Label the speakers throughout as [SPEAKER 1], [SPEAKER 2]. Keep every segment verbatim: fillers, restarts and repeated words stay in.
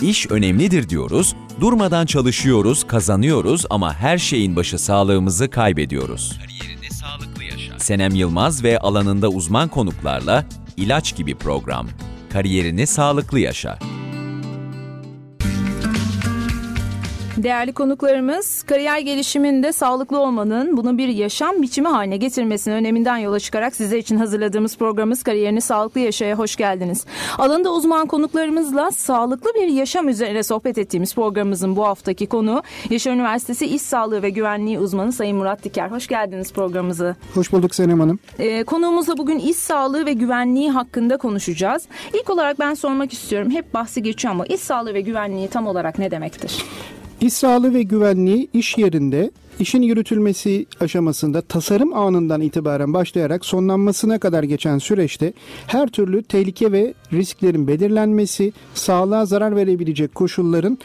[SPEAKER 1] İş önemlidir diyoruz, durmadan çalışıyoruz, kazanıyoruz ama her şeyin başı sağlığımızı kaybediyoruz. Kariyerini sağlıklı yaşa. Senem Yılmaz ve alanında uzman konuklarla İlaç gibi program. Kariyerini sağlıklı yaşa.
[SPEAKER 2] Değerli konuklarımız, kariyer gelişiminde sağlıklı olmanın bunu bir yaşam biçimi haline getirmesinin öneminden yola çıkarak sizler için hazırladığımız programımız Kariyerini Sağlıklı Yaşa'ya hoş geldiniz. Alanında uzman konuklarımızla sağlıklı bir yaşam üzerine sohbet ettiğimiz programımızın bu haftaki konuğu Yaşar Üniversitesi İş Sağlığı ve Güvenliği uzmanı Sayın Murat Diker. Hoş geldiniz programımıza.
[SPEAKER 3] Hoş bulduk Senem Hanım.
[SPEAKER 2] Ee, konuğumuzla bugün iş sağlığı ve güvenliği hakkında konuşacağız. İlk olarak ben sormak istiyorum. Hep bahsi geçiyor ama iş sağlığı ve güvenliği tam olarak ne demektir?
[SPEAKER 3] İş sağlığı ve güvenliği iş yerinde işin yürütülmesi aşamasında tasarım anından itibaren başlayarak sonlanmasına kadar geçen süreçte her türlü tehlike ve risklerin belirlenmesi, sağlığa zarar verebilecek koşulların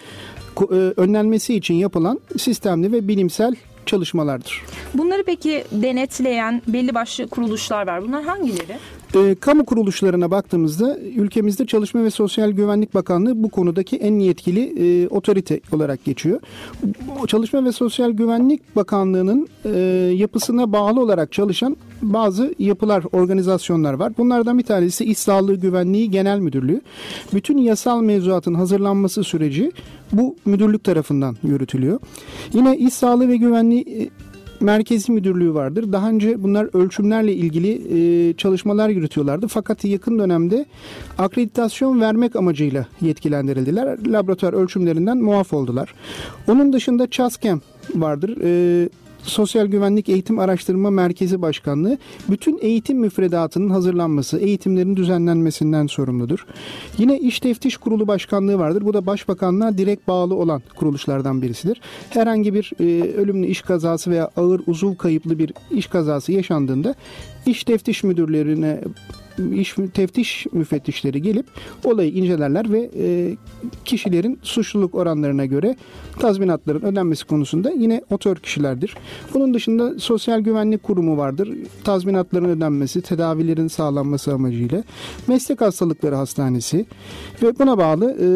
[SPEAKER 3] önlenmesi için yapılan sistemli ve bilimsel çalışmalardır.
[SPEAKER 2] Bunları peki denetleyen belli başlı kuruluşlar var. Bunlar hangileri?
[SPEAKER 3] E, kamu kuruluşlarına baktığımızda ülkemizde Çalışma ve Sosyal Güvenlik Bakanlığı bu konudaki en yetkili e, otorite olarak geçiyor. Çalışma ve Sosyal Güvenlik Bakanlığı'nın e, yapısına bağlı olarak çalışan bazı yapılar, organizasyonlar var. Bunlardan bir tanesi İş Sağlığı Güvenliği Genel Müdürlüğü. Bütün yasal mevzuatın hazırlanması süreci bu müdürlük tarafından yürütülüyor. Yine İş Sağlığı ve Güvenliği Merkezi Müdürlüğü vardır. Daha önce bunlar ölçümlerle ilgili e, çalışmalar yürütüyorlardı. Fakat yakın dönemde akreditasyon vermek amacıyla yetkilendirildiler. Laboratuvar ölçümlerinden muaf oldular. Onun dışında ÇASKEM vardır. E, Sosyal Güvenlik Eğitim Araştırma Merkezi Başkanlığı bütün eğitim müfredatının hazırlanması, eğitimlerin düzenlenmesinden sorumludur. Yine İş Teftiş Kurulu Başkanlığı vardır. Bu da Başbakanlığa direkt bağlı olan kuruluşlardan birisidir. Herhangi bir e, ölümlü iş kazası veya ağır uzuv kayıplı bir iş kazası yaşandığında İş Teftiş Müdürlerine İş teftiş müfettişleri gelip olayı incelerler ve e, kişilerin suçluluk oranlarına göre tazminatların ödenmesi konusunda yine otör kişilerdir. Bunun dışında Sosyal Güvenlik Kurumu vardır. Tazminatların ödenmesi, tedavilerin sağlanması amacıyla. Meslek Hastalıkları Hastanesi ve buna bağlı e,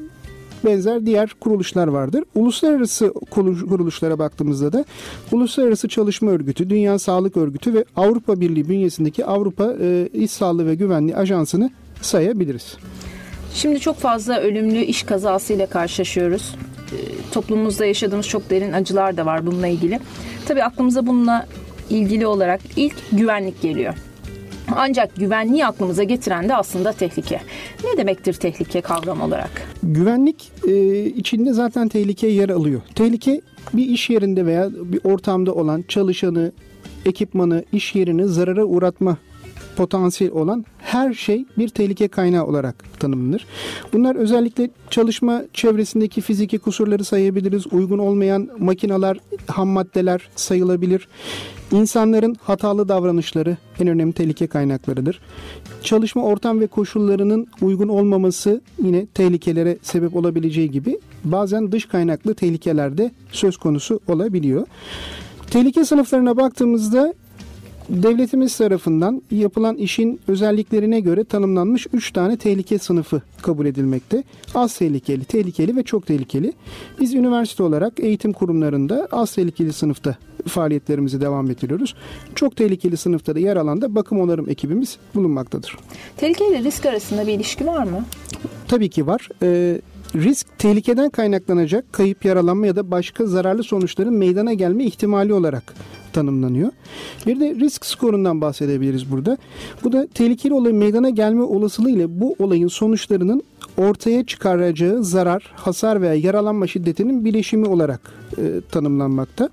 [SPEAKER 3] benzer diğer kuruluşlar vardır. Uluslararası kuruluşlara baktığımızda da Uluslararası Çalışma Örgütü, Dünya Sağlık Örgütü ve Avrupa Birliği bünyesindeki Avrupa e, İş Sağlığı ve Güvenliği Ajansı'nı sayabiliriz.
[SPEAKER 2] Şimdi çok fazla ölümlü iş kazasıyla karşılaşıyoruz. E, toplumumuzda yaşadığımız çok derin acılar da var bununla ilgili. Tabii aklımıza bununla ilgili olarak ilk güvenlik geliyor. Ancak güvenliği aklımıza getiren de aslında tehlike. Ne demektir tehlike kavram olarak?
[SPEAKER 3] Güvenlik e, içinde zaten tehlike yer alıyor. Tehlike bir iş yerinde veya bir ortamda olan çalışanı, ekipmanı, iş yerini zarara uğratma potansiyel olan her şey bir tehlike kaynağı olarak tanımlanır. Bunlar özellikle çalışma çevresindeki fiziki kusurları sayabiliriz. Uygun olmayan makineler, ham maddeler sayılabilir. İnsanların hatalı davranışları en önemli tehlike kaynaklarıdır. Çalışma ortam ve koşullarının uygun olmaması yine tehlikelere sebep olabileceği gibi bazen dış kaynaklı tehlikeler de söz konusu olabiliyor. Tehlike sınıflarına baktığımızda devletimiz tarafından yapılan işin özelliklerine göre tanımlanmış üç tane tehlike sınıfı kabul edilmekte. Az tehlikeli, tehlikeli ve çok tehlikeli. Biz üniversite olarak eğitim kurumlarında az tehlikeli sınıfta faaliyetlerimizi devam ettiriyoruz. Çok tehlikeli sınıfta da yer alan da bakım onarım ekibimiz bulunmaktadır.
[SPEAKER 2] Tehlike ile risk arasında bir ilişki var mı?
[SPEAKER 3] Tabii ki var. Ee, risk tehlikeden kaynaklanacak kayıp, yaralanma ya da başka zararlı sonuçların meydana gelme ihtimali olarak tanımlanıyor. Bir de risk skorundan bahsedebiliriz burada. Bu da tehlikeli olayın meydana gelme olasılığı ile bu olayın sonuçlarının ortaya çıkaracağı zarar, hasar veya yaralanma şiddetinin bileşimi olarak e, tanımlanmakta.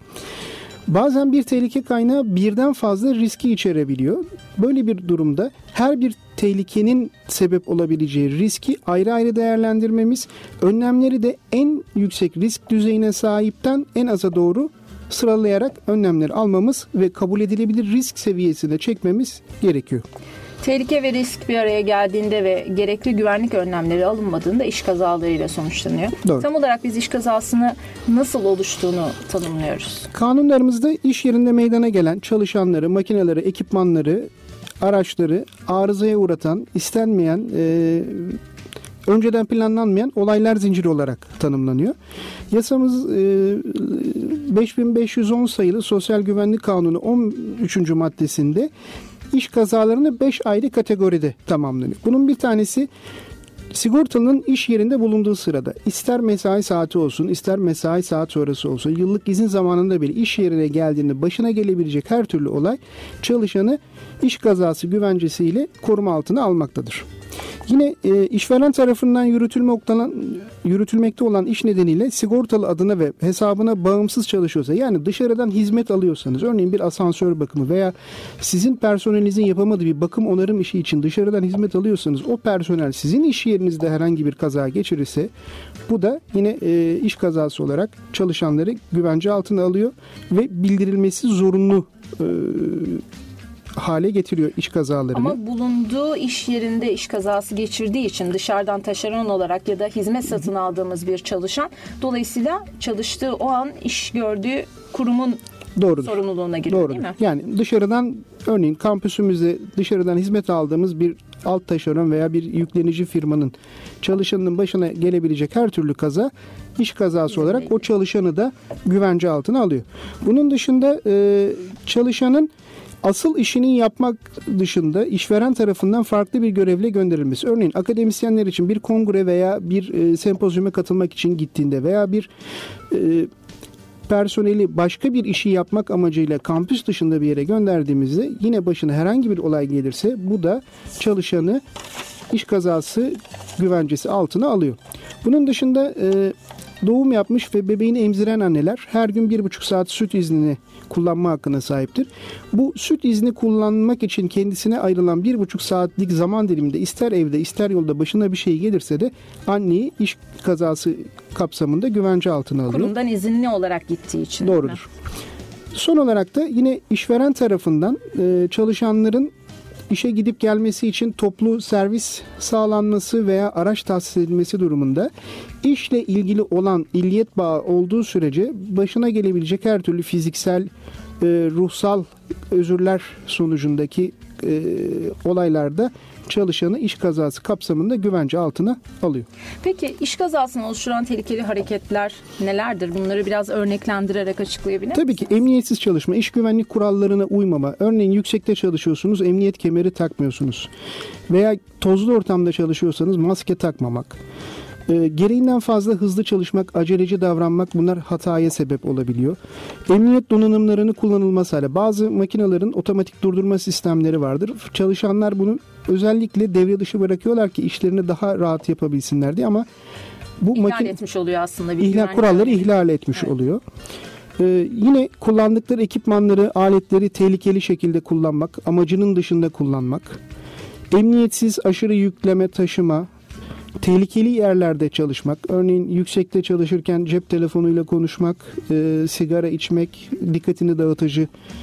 [SPEAKER 3] Bazen bir tehlike kaynağı birden fazla riski içerebiliyor. Böyle bir durumda her bir tehlikenin sebep olabileceği riski ayrı ayrı değerlendirmemiz, önlemleri de en yüksek risk düzeyine sahipten en aza doğru sıralayarak önlemleri almamız ve kabul edilebilir risk seviyesine çekmemiz gerekiyor.
[SPEAKER 2] Tehlike ve risk bir araya geldiğinde ve gerekli güvenlik önlemleri alınmadığında iş kazalarıyla sonuçlanıyor.
[SPEAKER 3] Doğru.
[SPEAKER 2] Tam olarak biz iş kazasını nasıl oluştuğunu tanımlıyoruz.
[SPEAKER 3] Kanunlarımızda iş yerinde meydana gelen çalışanları, makineleri, ekipmanları, araçları arızaya uğratan, istenmeyen e, önceden planlanmayan olaylar zinciri olarak tanımlanıyor. Yasamız beş bin beş yüz on sayılı Sosyal Güvenlik Kanunu on üçüncü maddesinde iş kazalarını beş ayrı kategoride tamamlanıyor. Bunun bir tanesi sigortalının iş yerinde bulunduğu sırada, ister mesai saati olsun, ister mesai saat sonrası olsun, yıllık izin zamanında bile iş yerine geldiğinde başına gelebilecek her türlü olay çalışanı iş kazası güvencesiyle koruma altına almaktadır. Yine e, işveren tarafından yürütülmekte olan, yürütülmekte olan iş nedeniyle sigortalı adına ve hesabına bağımsız çalışıyorsa, yani dışarıdan hizmet alıyorsanız, örneğin bir asansör bakımı veya sizin personelinizin yapamadığı bir bakım onarım işi için dışarıdan hizmet alıyorsanız, o personel sizin iş yerinizde herhangi bir kaza geçirirse, bu da yine e, iş kazası olarak çalışanları güvence altına alıyor ve bildirilmesi zorunlu e, hale getiriyor iş kazalarını.
[SPEAKER 2] Ama bulunduğu iş yerinde iş kazası geçirdiği için dışarıdan taşeron olarak ya da hizmet satın aldığımız bir çalışan, dolayısıyla çalıştığı o an iş gördüğü kurumun Doğrudur. sorumluluğuna giriyor. Doğrudur. Değil mi?
[SPEAKER 3] Yani dışarıdan, örneğin kampüsümüzde dışarıdan hizmet aldığımız bir alt taşeron veya bir yüklenici firmanın çalışanının başına gelebilecek her türlü kaza iş kazası olarak o çalışanı da güvence altına alıyor. Bunun dışında e, çalışanın asıl işini yapmak dışında işveren tarafından farklı bir görevle gönderilmesi. Örneğin akademisyenler için bir kongre veya bir e, sempozyuma katılmak için gittiğinde veya bir e, personeli başka bir işi yapmak amacıyla kampüs dışında bir yere gönderdiğimizde yine başına herhangi bir olay gelirse bu da çalışanı iş kazası güvencesi altına alıyor. Bunun dışında e, doğum yapmış ve bebeğini emziren anneler her gün bir buçuk saat süt iznini kullanma hakkına sahiptir. Bu süt izni kullanmak için kendisine ayrılan bir buçuk saatlik zaman diliminde ister evde ister yolda başına bir şey gelirse de anneyi iş kazası kapsamında güvence altına alıyor.
[SPEAKER 2] Kurumdan izinli olarak gittiği için.
[SPEAKER 3] Doğrudur. Son olarak da yine işveren tarafından e, çalışanların işe gidip gelmesi için toplu servis sağlanması veya araç tahsis edilmesi durumunda işle ilgili olan illiyet bağı olduğu sürece başına gelebilecek her türlü fiziksel, e, ruhsal özürler sonucundaki e, olaylarda çalışanı iş kazası kapsamında güvence altına alıyor.
[SPEAKER 2] Peki iş kazasını oluşturan tehlikeli hareketler nelerdir? Bunları biraz örneklendirerek açıklayabilir misiniz?
[SPEAKER 3] Tabii ki emniyetsiz çalışma, iş güvenlik kurallarına uymama. Örneğin yüksekte çalışıyorsunuz, emniyet kemeri takmıyorsunuz. Veya tozlu ortamda çalışıyorsanız maske takmamak. E, gereğinden fazla hızlı çalışmak, aceleci davranmak, bunlar hataya sebep olabiliyor. Emniyet donanımlarını kullanılması hali. Bazı makinelerin otomatik durdurma sistemleri vardır. Çalışanlar bunu özellikle devre dışı bırakıyorlar ki işlerini daha rahat yapabilsinler diye, ama bu
[SPEAKER 2] ihlal
[SPEAKER 3] makine
[SPEAKER 2] etmiş oluyor aslında. Bir
[SPEAKER 3] ihlal kuralları ihlal etmiş evet. oluyor. Ee, yine kullandıkları ekipmanları, aletleri tehlikeli şekilde kullanmak, amacının dışında kullanmak, emniyetsiz aşırı yükleme, taşıma, tehlikeli yerlerde çalışmak, örneğin yüksekte çalışırken cep telefonuyla konuşmak, e, sigara içmek, dikkatini dağıtıcı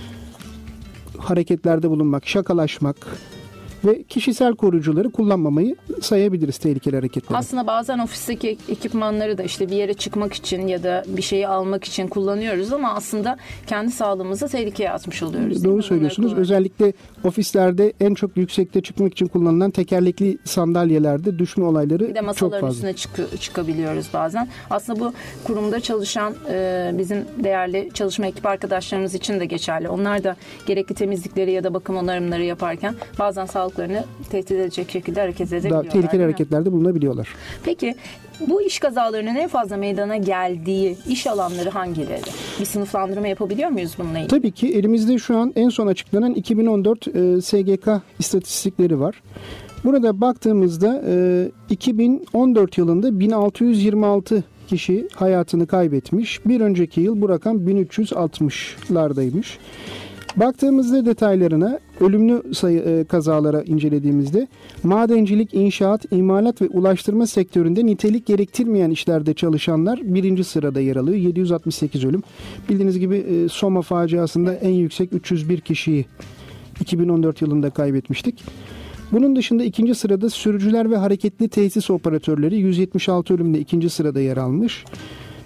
[SPEAKER 3] hareketlerde bulunmak, şakalaşmak ve kişisel koruyucuları kullanmamayı sayabiliriz tehlikeli hareketleri.
[SPEAKER 2] Aslında bazen ofisteki ekipmanları da işte bir yere çıkmak için ya da bir şeyi almak için kullanıyoruz ama aslında kendi sağlığımızı tehlikeye atmış oluyoruz.
[SPEAKER 3] Doğru söylüyorsunuz. Özellikle ofislerde en çok yüksekte çıkmak için kullanılan tekerlekli sandalyelerde düşme olayları çok fazla.
[SPEAKER 2] Bir de masaların üstüne çık- çıkabiliyoruz bazen. Aslında bu kurumda çalışan e, bizim değerli çalışma ekip arkadaşlarımız için de geçerli. Onlar da gerekli temizlikleri ya da bakım onarımları yaparken bazen sağlıklarını tehdit edecek şekilde hareket edebiliyorlar.
[SPEAKER 3] Daha tehlikeli hareketlerde bulunabiliyorlar.
[SPEAKER 2] Peki bu iş kazalarının en fazla meydana geldiği iş alanları hangileri? Bir sınıflandırma yapabiliyor muyuz bununla ilgili?
[SPEAKER 3] Tabii ki elimizde şu an en son açıklanan iki bin on dört e, S G K istatistikleri var. Burada baktığımızda e, iki bin on dört yılında bin altı yüz yirmi altı kişi hayatını kaybetmiş. Bir önceki yıl bu rakam bin üç yüz altmışlardaymış. Baktığımızda detaylarına, ölümlü sayı, e, kazalara incelediğimizde madencilik, inşaat, imalat ve ulaştırma sektöründe nitelik gerektirmeyen işlerde çalışanlar birinci sırada yer alıyor. yedi yüz altmış sekiz ölüm. Bildiğiniz gibi e, Soma faciasında en yüksek üç yüz bir kişiyi iki bin on dört yılında kaybetmiştik. Bunun dışında ikinci sırada sürücüler ve hareketli tesis operatörleri yüz yetmiş altı ölümle ikinci sırada yer almış.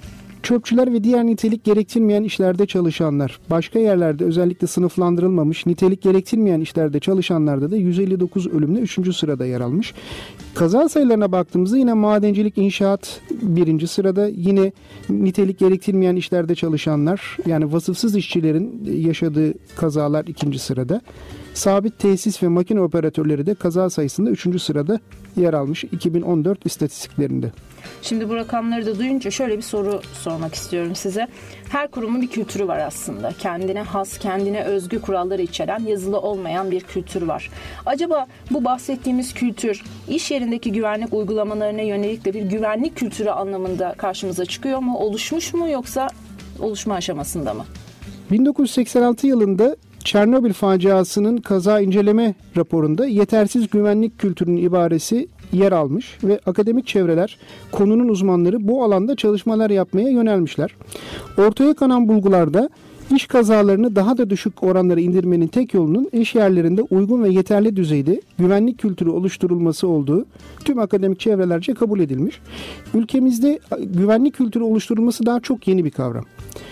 [SPEAKER 3] çöpçüler ve diğer nitelik gerektirmeyen işlerde çalışanlar. Başka yerlerde özellikle sınıflandırılmamış nitelik gerektirmeyen işlerde çalışanlarda da yüz elli dokuz ölümle üçüncü sırada yer almış. Kaza sayılarına baktığımızda yine madencilik, inşaat birinci sırada. Yine nitelik gerektirmeyen işlerde çalışanlar, yani vasıfsız işçilerin yaşadığı kazalar ikinci sırada. Sabit tesis ve makine operatörleri de kaza sayısında üçüncü sırada yer almış iki bin on dört istatistiklerinde.
[SPEAKER 2] Şimdi bu rakamları da duyunca şöyle bir soru sormak istiyorum size. Her kurumun bir kültürü var aslında. Kendine has, kendine özgü kuralları içeren, yazılı olmayan bir kültür var. Acaba bu bahsettiğimiz kültür iş yerindeki güvenlik uygulamalarına yönelik de bir güvenlik kültürü anlamında karşımıza çıkıyor mu? Oluşmuş mu yoksa oluşma aşamasında mı?
[SPEAKER 3] bin dokuz yüz seksen altı yılında Çernobil faciasının kaza inceleme raporunda yetersiz güvenlik kültürünün ibaresi yer almış ve akademik çevreler, konunun uzmanları bu alanda çalışmalar yapmaya yönelmişler. Ortaya konan bulgularda iş kazalarını daha da düşük oranlara indirmenin tek yolunun iş yerlerinde uygun ve yeterli düzeyde güvenlik kültürü oluşturulması olduğu tüm akademik çevrelerce kabul edilmiş. Ülkemizde güvenlik kültürü oluşturulması daha çok yeni bir kavram.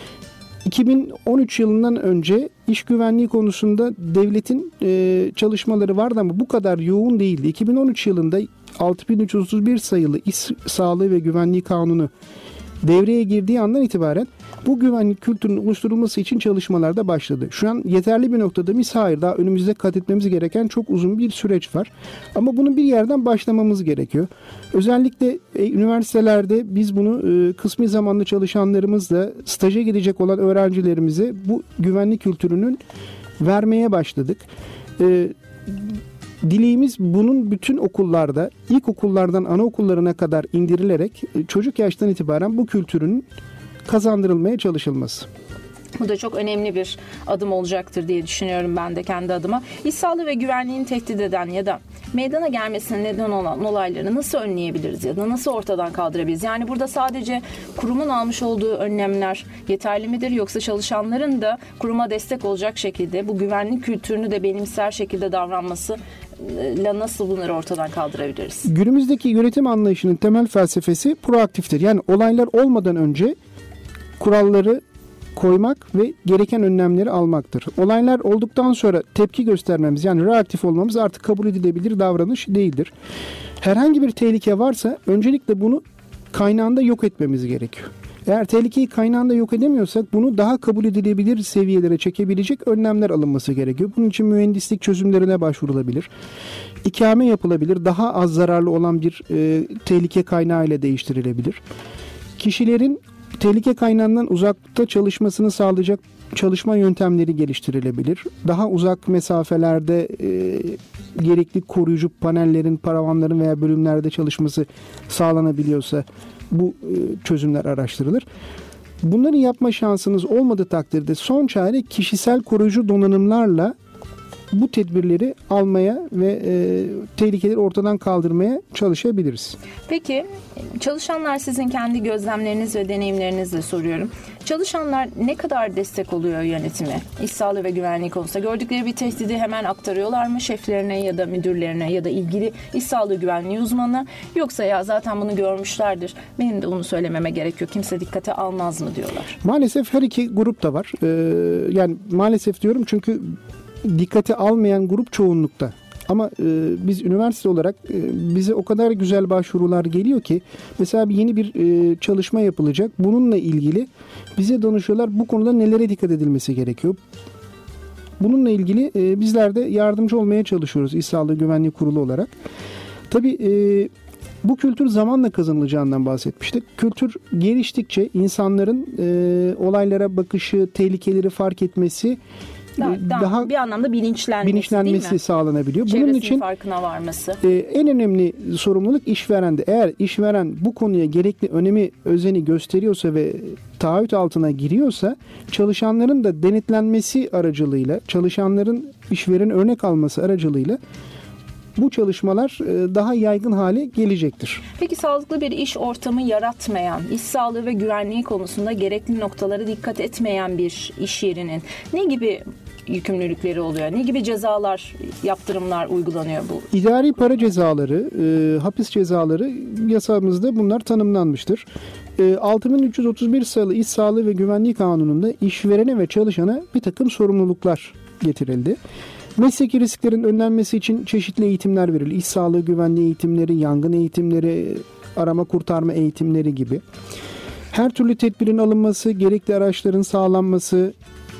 [SPEAKER 3] iki bin on üç yılından önce iş güvenliği konusunda devletin e, çalışmaları vardı ama bu kadar yoğun değildi. iki bin on üç yılında altı bin üç yüz otuz bir sayılı İş Sağlığı ve Güvenliği Kanunu devreye girdiği andan itibaren bu güvenlik kültürünün oluşturulması için çalışmalar da başladı. Şu an yeterli bir noktada mıyız? Hayır. Daha önümüzde kat etmemiz gereken çok uzun bir süreç var. Ama bunun bir yerden başlamamız gerekiyor. Özellikle e, üniversitelerde biz bunu e, kısmi zamanlı çalışanlarımızla staja gidecek olan öğrencilerimize bu güvenlik kültürünün vermeye başladık. E, Dileğimiz bunun bütün okullarda, ilkokullardan anaokullarına kadar indirilerek çocuk yaştan itibaren bu kültürün kazandırılmaya çalışılması.
[SPEAKER 2] Bu da çok önemli bir adım olacaktır diye düşünüyorum ben de kendi adıma. İş sağlığı ve güvenliğini tehdit eden ya da meydana gelmesine neden olan olayları nasıl önleyebiliriz ya da nasıl ortadan kaldırabiliriz? Yani burada sadece kurumun almış olduğu önlemler yeterli midir, yoksa çalışanların da kuruma destek olacak şekilde bu güvenlik kültürünü de benimser şekilde davranması ile nasıl bunları ortadan kaldırabiliriz?
[SPEAKER 3] Günümüzdeki yönetim anlayışının temel felsefesi proaktiftir. Yani olaylar olmadan önce kuralları koymak ve gereken önlemleri almaktır. Olaylar olduktan sonra tepki göstermemiz, yani reaktif olmamız artık kabul edilebilir davranış değildir. Herhangi bir tehlike varsa öncelikle bunu kaynağında yok etmemiz gerekiyor. Eğer tehlikeyi kaynağında yok edemiyorsak bunu daha kabul edilebilir seviyelere çekebilecek önlemler alınması gerekiyor. Bunun için mühendislik çözümlerine başvurulabilir. İkame yapılabilir. Daha az zararlı olan bir e, tehlike kaynağı ile değiştirilebilir. Kişilerin tehlike kaynağından uzakta çalışmasını sağlayacak çalışma yöntemleri geliştirilebilir. Daha uzak mesafelerde e, gerekli koruyucu panellerin, paravanların veya bölümlerde çalışması sağlanabiliyorsa bu e, çözümler araştırılır. Bunları yapma şansınız olmadığı takdirde son çare kişisel koruyucu donanımlarla bu tedbirleri almaya ve e, tehlikeleri ortadan kaldırmaya çalışabiliriz.
[SPEAKER 2] Peki çalışanlar, sizin kendi gözlemleriniz ve deneyimlerinizle soruyorum. Çalışanlar ne kadar destek oluyor yönetime? İş sağlığı ve güvenliği konusunda gördükleri bir tehdidi hemen aktarıyorlar mı şeflerine ya da müdürlerine ya da ilgili iş sağlığı güvenliği uzmanına, yoksa ya zaten bunu görmüşlerdir, benim de bunu söylememe gerek yok, kimse dikkate almaz mı diyorlar?
[SPEAKER 3] Maalesef her iki grup da var. Ee, yani maalesef diyorum çünkü dikkate almayan grup çoğunlukta. Ama e, biz üniversite olarak e, bize o kadar güzel başvurular geliyor ki mesela bir yeni bir e, çalışma yapılacak. Bununla ilgili bize danışıyorlar. Bu konuda nelere dikkat edilmesi gerekiyor? Bununla ilgili e, bizler de yardımcı olmaya çalışıyoruz İş Sağlığı Güvenliği Kurulu olarak. Tabii e, bu kültür zamanla kazanılacağından bahsetmiştik. Kültür geliştikçe insanların e, olaylara bakışı, tehlikeleri fark etmesi
[SPEAKER 2] Daha, daha bir anlamda bilinçlenmesi,
[SPEAKER 3] bilinçlenmesi sağlanabiliyor.
[SPEAKER 2] Çevresinin
[SPEAKER 3] bunun için
[SPEAKER 2] farkına varması.
[SPEAKER 3] E, en önemli sorumluluk işverende. Eğer işveren bu konuya gerekli önemi, özeni gösteriyorsa ve taahhüt altına giriyorsa, çalışanların da denetlenmesi aracılığıyla, çalışanların işveren örnek alması aracılığıyla bu çalışmalar daha yaygın hale gelecektir.
[SPEAKER 2] Peki sağlıklı bir iş ortamı yaratmayan, iş sağlığı ve güvenliği konusunda gerekli noktalara dikkat etmeyen bir iş yerinin ne gibi yükümlülükleri oluyor? Ne gibi cezalar, yaptırımlar uygulanıyor bu?
[SPEAKER 3] İdari para cezaları, e, hapis cezaları yasamızda bunlar tanımlanmıştır. E, altı bin üç yüz otuz bir sayılı İş Sağlığı ve Güvenliği Kanunu'nda işverene ve çalışana bir takım sorumluluklar getirildi. Mesleki risklerin önlenmesi için çeşitli eğitimler verilir. İş sağlığı güvenliği eğitimleri, yangın eğitimleri, arama kurtarma eğitimleri gibi. Her türlü tedbirin alınması, gerekli araçların sağlanması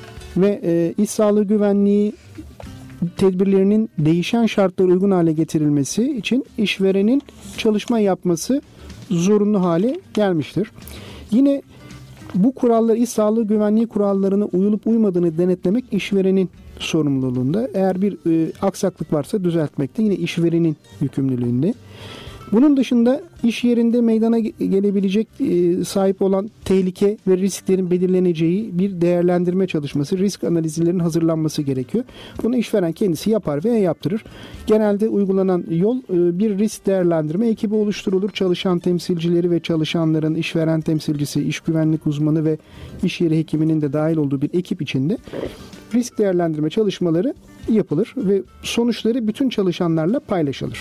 [SPEAKER 3] ve e, iş sağlığı güvenliği tedbirlerinin değişen şartlara uygun hale getirilmesi için işverenin çalışma yapması zorunlu hale gelmiştir. Yine bu kurallar, iş sağlığı güvenliği kurallarına uyulup uymadığını denetlemek işverenin sorumluluğunda. Eğer bir e, aksaklık varsa düzeltmekte yine işverenin yükümlülüğünde. Bunun dışında iş yerinde meydana gelebilecek e, sahip olan tehlike ve risklerin belirleneceği bir değerlendirme çalışması, risk analizlerinin hazırlanması gerekiyor. Bunu işveren kendisi yapar veya yaptırır. Genelde uygulanan yol e, bir risk değerlendirme ekibi oluşturulur. Çalışan temsilcileri ve çalışanların işveren temsilcisi, iş güvenlik uzmanı ve iş yeri hekiminin de dahil olduğu bir ekip içinde risk değerlendirme çalışmaları yapılır ve sonuçları bütün çalışanlarla paylaşılır.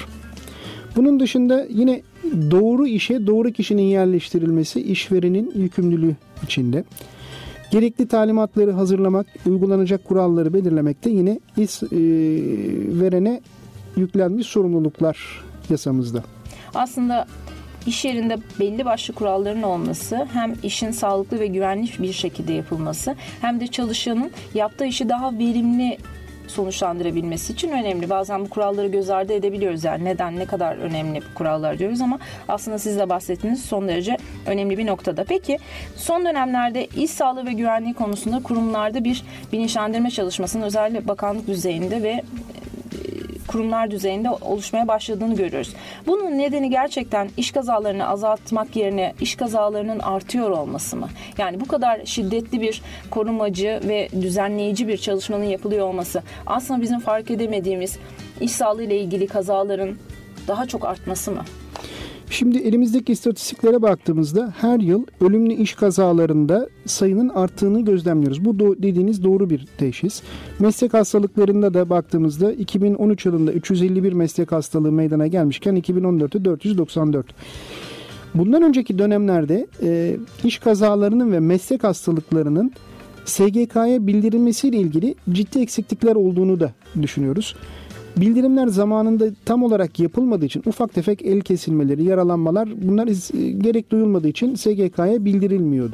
[SPEAKER 3] Bunun dışında yine doğru işe doğru kişinin yerleştirilmesi işverenin yükümlülüğü içinde. Gerekli talimatları hazırlamak, uygulanacak kuralları belirlemek de yine iş e, verene yüklenmiş sorumluluklar yasamızda.
[SPEAKER 2] Aslında iş yerinde belli başlı kuralların olması hem işin sağlıklı ve güvenli bir şekilde yapılması hem de çalışanın yaptığı işi daha verimli sonuçlandırabilmesi için önemli. Bazen bu kuralları göz ardı edebiliyoruz. Yani neden, ne kadar önemli bu kurallar diyoruz ama aslında siz de bahsettiğiniz son derece önemli bir noktada. Peki son dönemlerde iş sağlığı ve güvenliği konusunda kurumlarda bir bilinçlendirme çalışmasının özellikle bakanlık düzeyinde ve kurumlar düzeyinde oluşmaya başladığını görüyoruz. Bunun nedeni gerçekten iş kazalarını azaltmak yerine iş kazalarının artıyor olması mı? Yani bu kadar şiddetli bir korumacı ve düzenleyici bir çalışmanın yapılıyor olması aslında bizim fark edemediğimiz iş sağlığı ile ilgili kazaların daha çok artması mı?
[SPEAKER 3] Şimdi elimizdeki istatistiklere baktığımızda her yıl ölümlü iş kazalarında sayının arttığını gözlemliyoruz. Bu do- dediğiniz doğru bir teşhis. Meslek hastalıklarında da baktığımızda iki bin on üç yılında üç yüz elli bir meslek hastalığı meydana gelmişken iki bin on dörtte dört yüz doksan dört. Bundan önceki dönemlerde e, iş kazalarının ve meslek hastalıklarının S G K'ya bildirilmesiyle ilgili ciddi eksiklikler olduğunu da düşünüyoruz. Bildirimler zamanında tam olarak yapılmadığı için ufak tefek el kesilmeleri, yaralanmalar bunlar gerek duyulmadığı için S G K'ya bildirilmiyordu.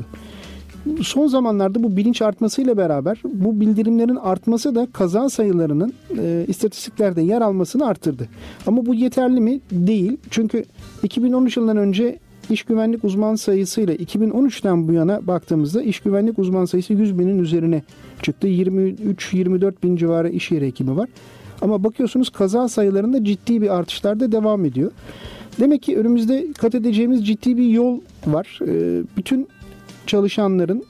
[SPEAKER 3] Son zamanlarda bu bilinç artmasıyla beraber bu bildirimlerin artması da kaza sayılarının e, istatistiklerde yer almasını arttırdı. Ama bu yeterli mi? Değil. Çünkü iki bin on üç yılından önce iş güvenlik uzman sayısıyla iki bin on üçten bu yana baktığımızda iş güvenlik uzman sayısı yüz binin üzerine çıktı. yirmi üç yirmi dört bin civarı iş yeri hekimi var. Ama bakıyorsunuz kaza sayılarında ciddi bir artışlar da devam ediyor. Demek ki önümüzde kat edeceğimiz ciddi bir yol var. Bütün çalışanların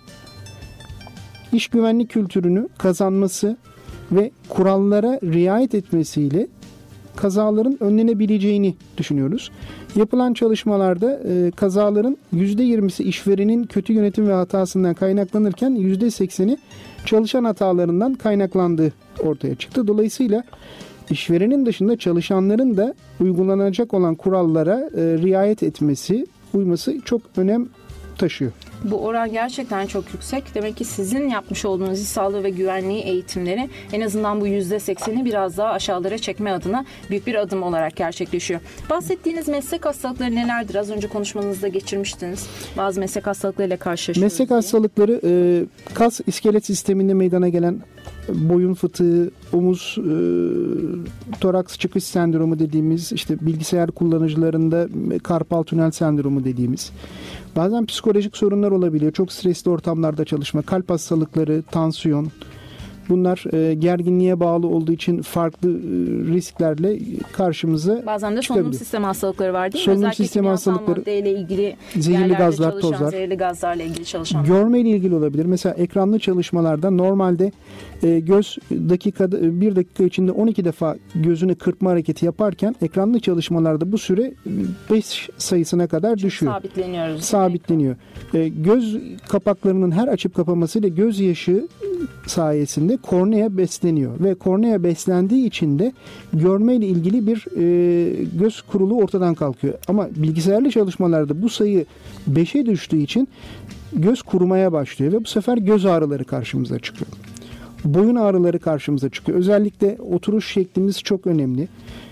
[SPEAKER 3] iş güvenlik kültürünü kazanması ve kurallara riayet etmesiyle kazaların önlenebileceğini düşünüyoruz. Yapılan çalışmalarda kazaların yüzde yirmisi işverenin kötü yönetim ve hatasından kaynaklanırken yüzde sekseni çalışan hatalarından kaynaklandığı ortaya çıktı. Dolayısıyla işverenin dışında çalışanların da uygulanacak olan kurallara e, riayet etmesi, uyması çok önem taşıyor.
[SPEAKER 2] Bu oran gerçekten çok yüksek. Demek ki sizin yapmış olduğunuz iş sağlığı ve güvenliği eğitimleri en azından bu yüzde sekseni biraz daha aşağılara çekme adına büyük bir adım olarak gerçekleşiyor. Bahsettiğiniz meslek hastalıkları nelerdir? Az önce konuşmanızda geçirmiştiniz. Bazı meslek hastalıklarıyla karşılaşıyoruz.
[SPEAKER 3] Meslek diye. hastalıkları e, kas iskelet sisteminde meydana gelen boyun fıtığı, omuz, e, toraks çıkış sendromu dediğimiz, işte bilgisayar kullanıcılarında karpal tünel sendromu dediğimiz. Bazen psikolojik sorunlar olabiliyor. Çok stresli ortamlarda çalışma, kalp hastalıkları, tansiyon. Bunlar e, gerginliğe bağlı olduğu için farklı e, risklerle karşımıza
[SPEAKER 2] bazen de solunum sistemi hastalıkları var değil mi?
[SPEAKER 3] Solunum
[SPEAKER 2] Özellikle
[SPEAKER 3] sistemi hastalıkları,
[SPEAKER 2] ile ilgili
[SPEAKER 3] zehirli gazlar,
[SPEAKER 2] çalışan,
[SPEAKER 3] tozlar.
[SPEAKER 2] Zehirli gazlarla ilgili çalışan.
[SPEAKER 3] Görme ile ilgili olabilir. Mesela ekranlı çalışmalarda normalde e, göz dakikada bir dakika içinde on iki defa gözünü kırpma hareketi yaparken ekranlı çalışmalarda bu süre beş sayısına kadar
[SPEAKER 2] Çok
[SPEAKER 3] düşüyor.
[SPEAKER 2] Sabitleniyoruz.
[SPEAKER 3] Sabitleniyor. E, göz kapaklarının her açıp kapamasıyla gözyaşı sayesinde kornea besleniyor ve kornea beslendiği için de görmeyle ilgili bir e, göz kuruluğu ortadan kalkıyor. Ama bilgisayarlı çalışmalarda bu sayı beşe düştüğü için göz kurumaya başlıyor ve bu sefer göz ağrıları karşımıza çıkıyor. Boyun ağrıları karşımıza çıkıyor. Özellikle oturuş şeklimiz çok önemli.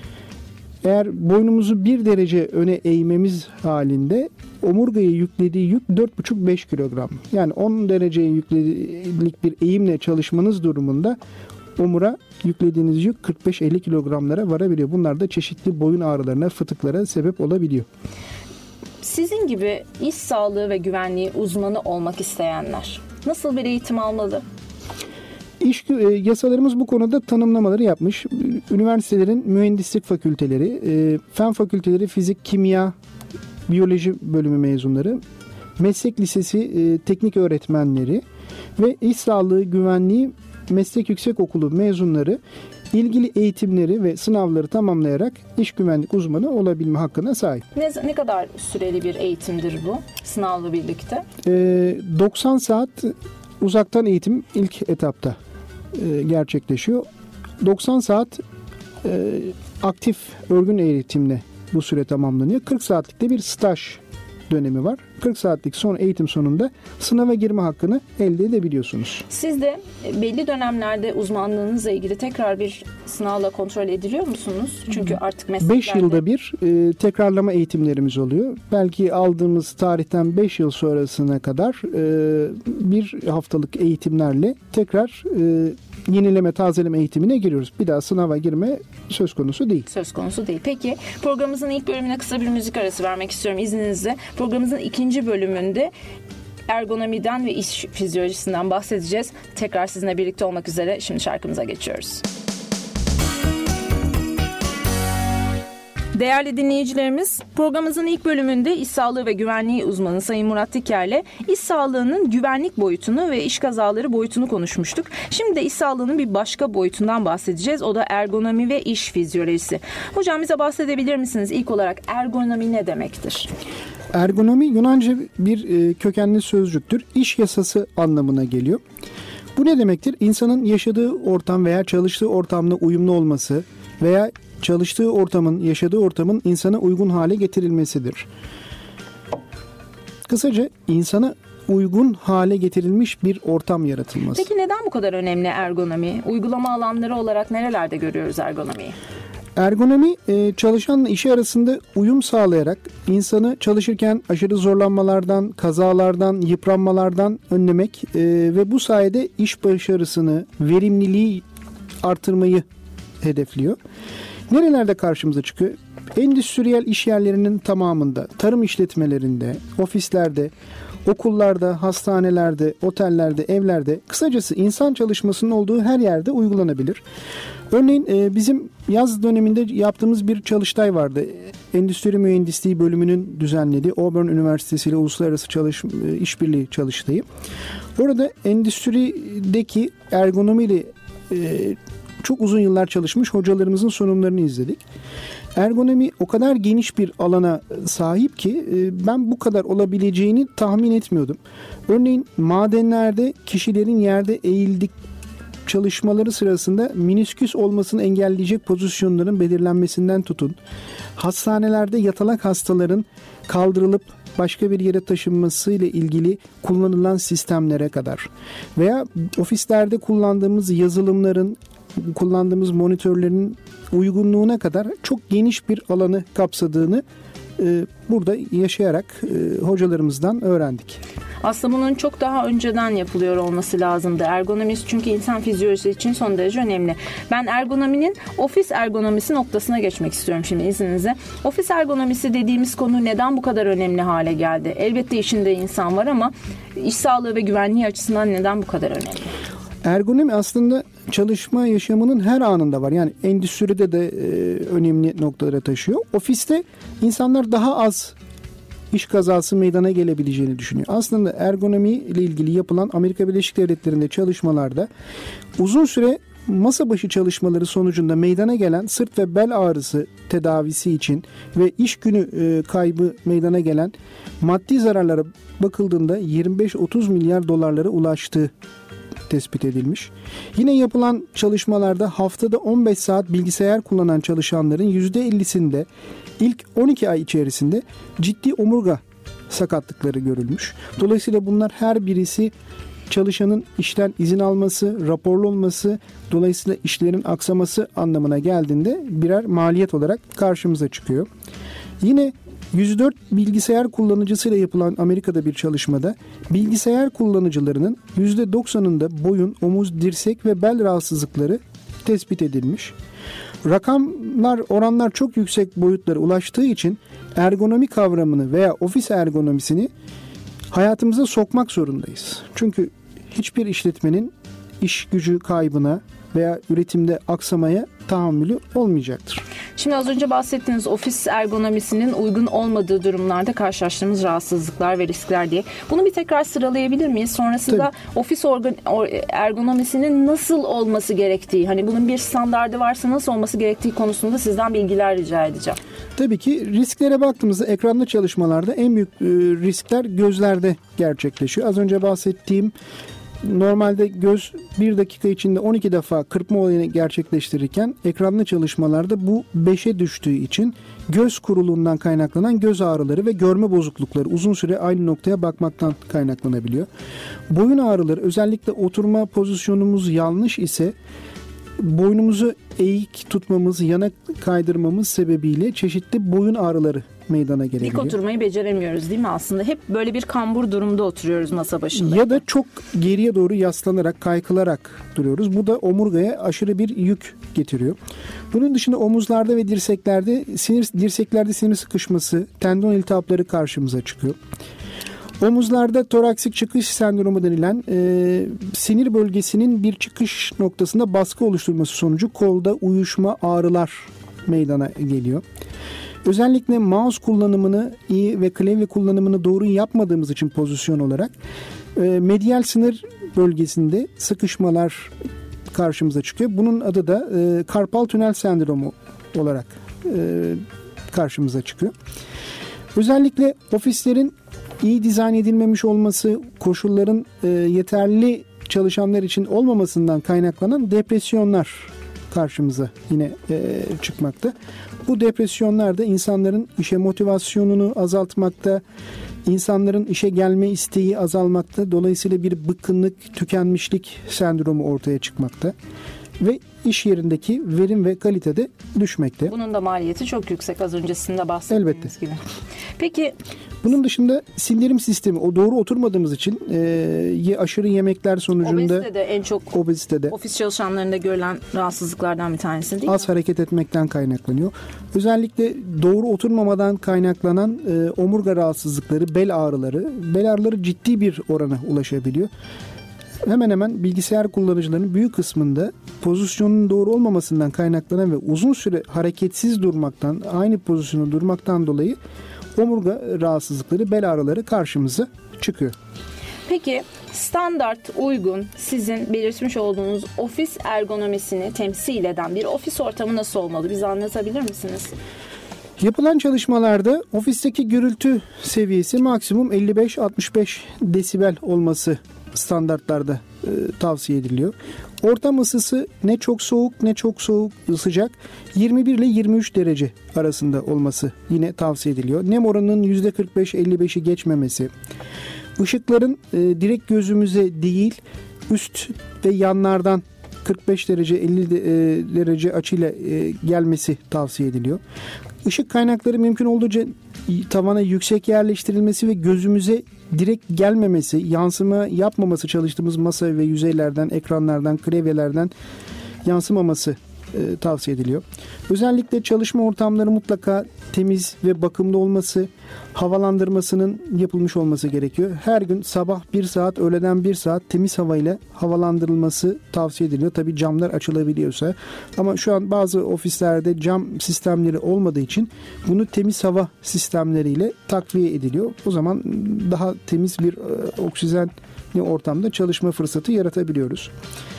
[SPEAKER 3] Eğer boynumuzu bir derece öne eğmemiz halinde omurgaya yüklediği yük dört buçuk beş kilogram. Yani on dereceye yükledik bir eğimle çalışmanız durumunda omura yüklediğiniz yük kırk beş elli kilogramlara varabiliyor. Bunlar da çeşitli boyun ağrılarına, fıtıklara sebep olabiliyor.
[SPEAKER 2] Sizin gibi iş sağlığı ve güvenliği uzmanı olmak isteyenler nasıl bir eğitim almalı?
[SPEAKER 3] İş yasalarımız bu konuda tanımlamaları yapmış. Üniversitelerin mühendislik fakülteleri, fen fakülteleri, fizik, kimya, biyoloji bölümü mezunları, meslek lisesi teknik öğretmenleri ve iş sağlığı güvenliği meslek yüksekokulu mezunları ilgili eğitimleri ve sınavları tamamlayarak iş güvenlik uzmanı olabilme hakkına sahip.
[SPEAKER 2] Ne, ne kadar süreli bir eğitimdir bu sınavla birlikte?
[SPEAKER 3] doksan saat uzaktan eğitim ilk etapta gerçekleşiyor. doksan saat e, aktif örgün eğitimle bu süre tamamlanıyor. kırk saatlik de bir staj dönemi var. kırk saatlik son eğitim sonunda sınava girme hakkını elde edebiliyorsunuz.
[SPEAKER 2] Siz de belli dönemlerde uzmanlığınızla ilgili tekrar bir sınavla kontrol ediliyor musunuz? Çünkü artık mesleklerde...
[SPEAKER 3] beş yılda bir e, tekrarlama eğitimlerimiz oluyor. Belki aldığımız tarihten beş yıl sonrasına kadar e, bir haftalık eğitimlerle tekrar e, yenileme, tazeleme eğitimine giriyoruz. Bir daha sınava girme söz konusu değil.
[SPEAKER 2] Söz konusu değil. Peki programımızın ilk bölümüne kısa bir müzik arası vermek istiyorum izninizle. Programımızın ikinci bölümünde ergonomiden ve iş fizyolojisinden bahsedeceğiz. Tekrar sizinle birlikte olmak üzere şimdi şarkımıza geçiyoruz. Değerli dinleyicilerimiz, programımızın ilk bölümünde iş sağlığı ve güvenliği uzmanı Sayın Murat Diker'le iş sağlığının güvenlik boyutunu ve iş kazaları boyutunu konuşmuştuk. Şimdi de iş sağlığının bir başka boyutundan bahsedeceğiz. O da ergonomi ve iş fizyolojisi. Hocam bize bahsedebilir misiniz? İlk olarak ergonomi ne demektir?
[SPEAKER 3] Ergonomi Yunanca bir kökenli sözcüktür. İş yasası anlamına geliyor. Bu ne demektir? İnsanın yaşadığı ortam veya çalıştığı ortamla uyumlu olması veya çalıştığı ortamın, yaşadığı ortamın insana uygun hale getirilmesidir. Kısaca insana uygun hale getirilmiş bir ortam yaratılması.
[SPEAKER 2] Peki neden bu kadar önemli ergonomi? Uygulama alanları olarak nerelerde görüyoruz ergonomiyi?
[SPEAKER 3] Ergonomi çalışanla işi arasında uyum sağlayarak insanı çalışırken aşırı zorlanmalardan, kazalardan, yıpranmalardan önlemek ve bu sayede iş başarısını, verimliliği artırmayı hedefliyor. Nerelerde karşımıza çıkıyor? Endüstriyel iş yerlerinin tamamında, tarım işletmelerinde, ofislerde, okullarda, hastanelerde, otellerde, evlerde, kısacası insan çalışmasının olduğu her yerde uygulanabilir. Örneğin bizim yaz döneminde yaptığımız bir çalıştay vardı. Endüstri Mühendisliği bölümünün düzenlediği Auburn Üniversitesi ile Uluslararası Çalış, İşbirliği çalıştayı. Orada endüstrideki ergonomiyle çok uzun yıllar çalışmış hocalarımızın sunumlarını izledik. Ergonomi o kadar geniş bir alana sahip ki ben bu kadar olabileceğini tahmin etmiyordum. Örneğin madenlerde kişilerin yerde eğildik çalışmaları sırasında minisküs olmasını engelleyecek pozisyonların belirlenmesinden tutun, hastanelerde yatalak hastaların kaldırılıp başka bir yere taşınması ile ilgili kullanılan sistemlere kadar veya ofislerde kullandığımız yazılımların, kullandığımız monitörlerin uygunluğuna kadar çok geniş bir alanı kapsadığını e, burada yaşayarak e, hocalarımızdan öğrendik.
[SPEAKER 2] Aslında bunun çok daha önceden yapılıyor olması lazımdı. Ergonomi çünkü insan fizyolojisi için son derece önemli. Ben ergonominin ofis ergonomisi noktasına geçmek istiyorum şimdi izninizle. Ofis ergonomisi dediğimiz konu neden bu kadar önemli hale geldi? Elbette içinde insan var ama iş sağlığı ve güvenliği açısından neden bu kadar önemli?
[SPEAKER 3] Ergonomi aslında çalışma yaşamının her anında var. Yani endüstride de e, önemli noktalara taşıyor. Ofiste insanlar daha az iş kazası meydana gelebileceğini düşünüyor. Aslında ergonomi ile ilgili yapılan Amerika Birleşik Devletleri'nde çalışmalarda uzun süre masa başı çalışmaları sonucunda meydana gelen sırt ve bel ağrısı tedavisi için ve iş günü e, kaybı meydana gelen maddi zararlara bakıldığında yirmi beş otuz milyar dolarlara ulaştığı tespit edilmiş. Yine yapılan çalışmalarda haftada on beş saat bilgisayar kullanan çalışanların yüzde ellisinde ilk on iki ay içerisinde ciddi omurga sakatlıkları görülmüş. Dolayısıyla bunlar her birisi çalışanın işten izin alması, raporlu olması, dolayısıyla işlerin aksaması anlamına geldiğinde birer maliyet olarak karşımıza çıkıyor. Yine yüz dört bilgisayar kullanıcısıyla yapılan Amerika'da bir çalışmada bilgisayar kullanıcılarının yüzde doksanında boyun, omuz, dirsek ve bel rahatsızlıkları tespit edilmiş. Rakamlar, oranlar çok yüksek boyutlara ulaştığı için ergonomi kavramını veya ofis ergonomisini hayatımıza sokmak zorundayız. Çünkü hiçbir işletmenin iş gücü kaybına veya üretimde aksamaya tahammülü olmayacaktır.
[SPEAKER 2] Şimdi az önce bahsettiğiniz ofis ergonomisinin uygun olmadığı durumlarda karşılaştığımız rahatsızlıklar ve riskler diye. Bunu bir tekrar sıralayabilir miyiz? Sonrasında Tabii. ofis organ, ergonomisinin nasıl olması gerektiği, hani bunun bir standardı varsa nasıl olması gerektiği konusunda sizden bilgiler rica edeceğim.
[SPEAKER 3] Tabii ki risklere baktığımızda ekranda çalışmalarda en büyük riskler gözlerde gerçekleşiyor. Az önce bahsettiğim normalde göz bir dakika içinde on iki defa kırpma olayını gerçekleştirirken ekranlı çalışmalarda bu beşe düştüğü için göz kuruluğundan kaynaklanan göz ağrıları ve görme bozuklukları uzun süre aynı noktaya bakmaktan kaynaklanabiliyor. Boyun ağrıları, özellikle oturma pozisyonumuz yanlış ise boynumuzu eğik tutmamız, yana kaydırmamız sebebiyle çeşitli boyun ağrıları meydana gelebiliyor.
[SPEAKER 2] Dik oturmayı beceremiyoruz değil mi aslında? Hep böyle bir kambur durumda oturuyoruz masa başında.
[SPEAKER 3] Ya da çok geriye doğru yaslanarak, kaykılarak duruyoruz. Bu da omurgaya aşırı bir yük getiriyor. Bunun dışında omuzlarda ve dirseklerde sinir dirseklerde sinir sıkışması, tendon iltihapları karşımıza çıkıyor. Omuzlarda toraksik çıkış sendromu denilen e, sinir bölgesinin bir çıkış noktasında baskı oluşturması sonucu kolda uyuşma, ağrılar meydana geliyor. Özellikle mouse kullanımını iyi ve klavye kullanımını doğru yapmadığımız için pozisyon olarak e, medial sinir bölgesinde sıkışmalar karşımıza çıkıyor. Bunun adı da e, karpal tünel sendromu olarak e, karşımıza çıkıyor. Özellikle ofislerin iyi dizayn edilmemiş olması, koşulların e, yeterli çalışanlar için olmamasından kaynaklanan depresyonlar karşımıza yine e, çıkmakta. Bu depresyonlar da insanların işe motivasyonunu azaltmakta, insanların işe gelme isteği azalmakta. Dolayısıyla bir bıkkınlık, tükenmişlik sendromu ortaya çıkmakta. Ve iş yerindeki verim ve kalitede düşmekte.
[SPEAKER 2] Bunun da maliyeti çok yüksek, az öncesinde bahsettiğiniz
[SPEAKER 3] Elbette.
[SPEAKER 2] gibi. Peki
[SPEAKER 3] bunun dışında sindirim sistemi o doğru oturmadığımız için e, aşırı yemekler sonucunda
[SPEAKER 2] obezite de en çok
[SPEAKER 3] obezitede,
[SPEAKER 2] ofis çalışanlarında görülen rahatsızlıklardan bir tanesi değil mi?
[SPEAKER 3] Az hareket etmekten kaynaklanıyor. Özellikle doğru oturmamadan kaynaklanan e, omurga rahatsızlıkları, bel ağrıları, bel ağrıları ciddi bir orana ulaşabiliyor. Hemen hemen bilgisayar kullanıcılarının büyük kısmında pozisyonun doğru olmamasından kaynaklanan ve uzun süre hareketsiz durmaktan, aynı pozisyonda durmaktan dolayı omurga rahatsızlıkları, bel ağrıları karşımıza çıkıyor.
[SPEAKER 2] Peki standart, uygun, sizin belirtmiş olduğunuz ofis ergonomisini temsil eden bir ofis ortamı nasıl olmalı? Bize anlatabilir misiniz?
[SPEAKER 3] Yapılan çalışmalarda ofisteki gürültü seviyesi maksimum elli beş altmış beş desibel olması standartlarda e, tavsiye ediliyor. Ortam ısısı ne çok soğuk ne çok soğuk sıcak yirmi bir ile yirmi üç derece arasında olması yine tavsiye ediliyor. Nem oranının yüzde kırk beş elli beşi geçmemesi. Işıkların e, direkt gözümüze değil üst ve yanlardan kırk beş derece elli de, e, derece açıyla e, gelmesi tavsiye ediliyor. Işık kaynakları mümkün olduğunca tavana yüksek yerleştirilmesi ve gözümüze direkt gelmemesi, yansıma yapmaması çalıştığımız masa ve yüzeylerden, ekranlardan, klavyelerden yansımaması e, tavsiye ediliyor. Özellikle çalışma ortamları mutlaka temiz ve bakımlı olması, havalandırmasının yapılmış olması gerekiyor. Her gün sabah bir saat, öğleden bir saat temiz havayla havalandırılması tavsiye ediliyor. Tabii camlar açılabiliyorsa. Ama şu an bazı ofislerde cam sistemleri olmadığı için bunu temiz hava sistemleriyle takviye ediliyor. O zaman daha temiz bir e, oksijenli ortamda çalışma fırsatı yaratabiliyoruz.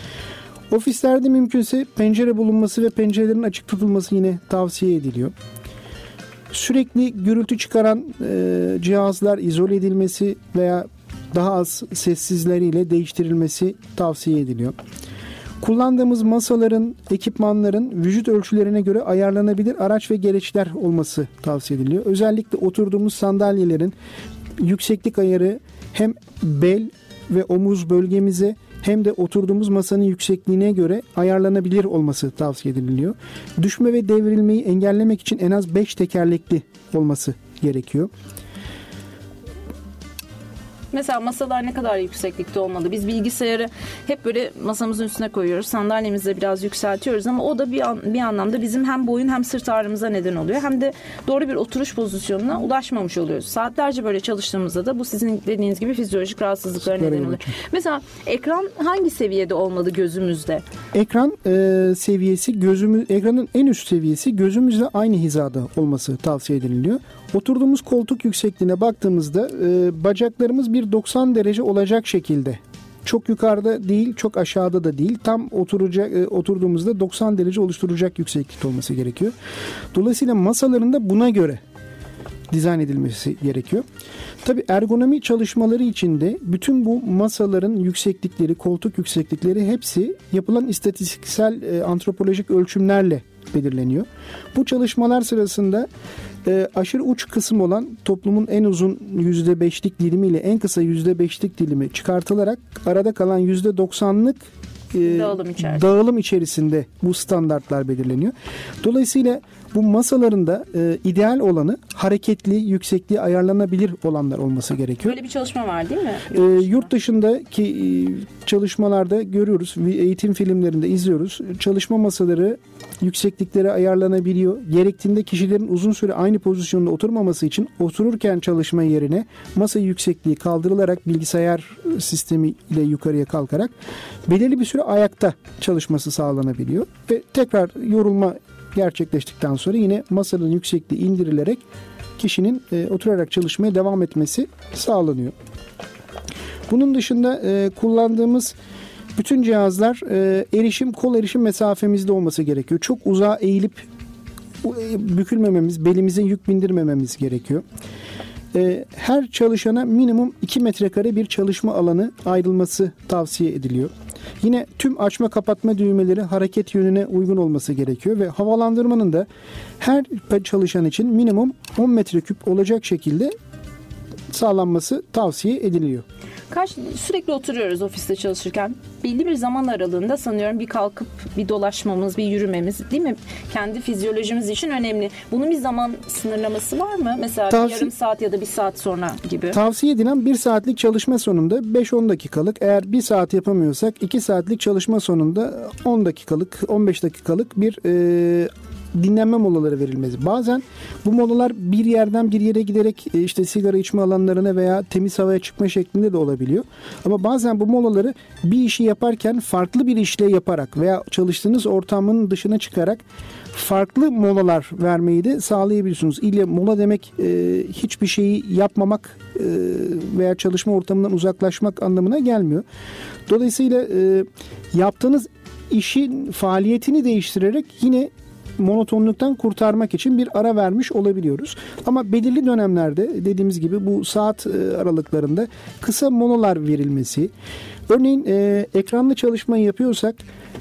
[SPEAKER 3] Ofislerde mümkünse pencere bulunması ve pencerelerin açık tutulması yine tavsiye ediliyor. Sürekli gürültü çıkaran e, cihazlar izole edilmesi veya daha az sessizleriyle değiştirilmesi tavsiye ediliyor. Kullandığımız masaların, ekipmanların vücut ölçülerine göre ayarlanabilir araç ve gereçler olması tavsiye ediliyor. Özellikle oturduğumuz sandalyelerin yükseklik ayarı hem bel ve omuz bölgemize hem de oturduğumuz masanın yüksekliğine göre ayarlanabilir olması tavsiye ediliyor. Düşme ve devrilmeyi engellemek için en az beş tekerlekli olması gerekiyor.
[SPEAKER 2] Mesela masalar ne kadar yükseklikte olmalı? Biz bilgisayarı hep böyle masamızın üstüne koyuyoruz. Sandalyemizi de biraz yükseltiyoruz ama o da bir, an, bir anlamda bizim hem boyun hem sırt ağrımıza neden oluyor. Hem de doğru bir oturuş pozisyonuna ulaşmamış oluyoruz. Saatlerce böyle çalıştığımızda da bu sizin dediğiniz gibi fizyolojik rahatsızlıklara neden oluyor. Mesela ekran hangi seviyede olmalı gözümüzde?
[SPEAKER 3] Ekran e, seviyesi gözümüz ekranın en üst seviyesi gözümüzle aynı hizada olması tavsiye ediliyor. Oturduğumuz koltuk yüksekliğine baktığımızda e, bacaklarımız bir doksan derece olacak şekilde. Çok yukarıda değil, çok aşağıda da değil. Tam oturacak e, oturduğumuzda doksan derece oluşturacak yükseklikte olması gerekiyor. Dolayısıyla masaların da buna göre dizayn edilmesi gerekiyor. Tabii ergonomi çalışmaları içinde bütün bu masaların yükseklikleri, koltuk yükseklikleri hepsi yapılan istatistiksel e, antropolojik ölçümlerle belirleniyor. Bu çalışmalar sırasında e, aşırı uç kısım olan toplumun en uzun yüzde beşlik dilimiyle en kısa yüzde beşlik dilimi çıkartılarak arada kalan yüzde doksanlık e,
[SPEAKER 2] dağılım içerisinde.
[SPEAKER 3] dağılım içerisinde bu standartlar belirleniyor. Dolayısıyla bu masaların da e, ideal olanı hareketli, yüksekliği ayarlanabilir olanlar olması gerekiyor.
[SPEAKER 2] Böyle bir çalışma var değil mi?
[SPEAKER 3] E, yurt dışındaki e, çalışmalarda görüyoruz, eğitim filmlerinde izliyoruz. Çalışma masaları yükseklikleri ayarlanabiliyor. Gerektiğinde kişilerin uzun süre aynı pozisyonda oturmaması için otururken çalışma yerine masa yüksekliği kaldırılarak bilgisayar sistemiyle yukarıya kalkarak belirli bir süre ayakta çalışması sağlanabiliyor. Ve tekrar yorulma gerçekleştikten sonra yine masanın yüksekliği indirilerek kişinin e, oturarak çalışmaya devam etmesi sağlanıyor. Bunun dışında e, kullandığımız bütün cihazlar e, erişim, kol erişim mesafemizde olması gerekiyor. Çok uzağa eğilip e, bükülmememiz, belimize yük bindirmememiz gerekiyor. E, her çalışana minimum iki metrekare bir çalışma alanı ayrılması tavsiye ediliyor. Yine tüm açma kapatma düğmeleri hareket yönüne uygun olması gerekiyor ve havalandırmanın da her çalışan için minimum on metreküp olacak şekilde sağlanması tavsiye ediliyor.
[SPEAKER 2] Kaç, sürekli oturuyoruz ofiste çalışırken. Belli bir zaman aralığında sanıyorum bir kalkıp bir dolaşmamız, bir yürümemiz değil mi? Kendi fizyolojimiz için önemli. Bunun bir zaman sınırlaması var mı? Mesela
[SPEAKER 3] Tavsi-
[SPEAKER 2] yarım saat ya da bir saat sonra gibi.
[SPEAKER 3] Tavsiye edilen bir saatlik çalışma sonunda beş on dakikalık, eğer bir saat yapamıyorsak iki saatlik çalışma sonunda on dakikalık, on beş dakikalık bir e, dinlenme molaları verilmesi. Bazen bu molalar bir yerden bir yere giderek işte sigara içme alanlarına veya temiz havaya çıkma şeklinde de olabiliyor. Ama bazen bu molaları bir işi yaparken farklı bir işle yaparak veya çalıştığınız ortamın dışına çıkarak farklı molalar vermeyi de sağlayabiliyorsunuz. İlle mola demek e, hiçbir şeyi yapmamak e, veya çalışma ortamından uzaklaşmak anlamına gelmiyor. Dolayısıyla e, yaptığınız işin faaliyetini değiştirerek yine monotonluktan kurtarmak için bir ara vermiş olabiliyoruz. Ama belirli dönemlerde dediğimiz gibi bu saat aralıklarında kısa molalar verilmesi, örneğin e, ekranlı çalışmayı yapıyorsak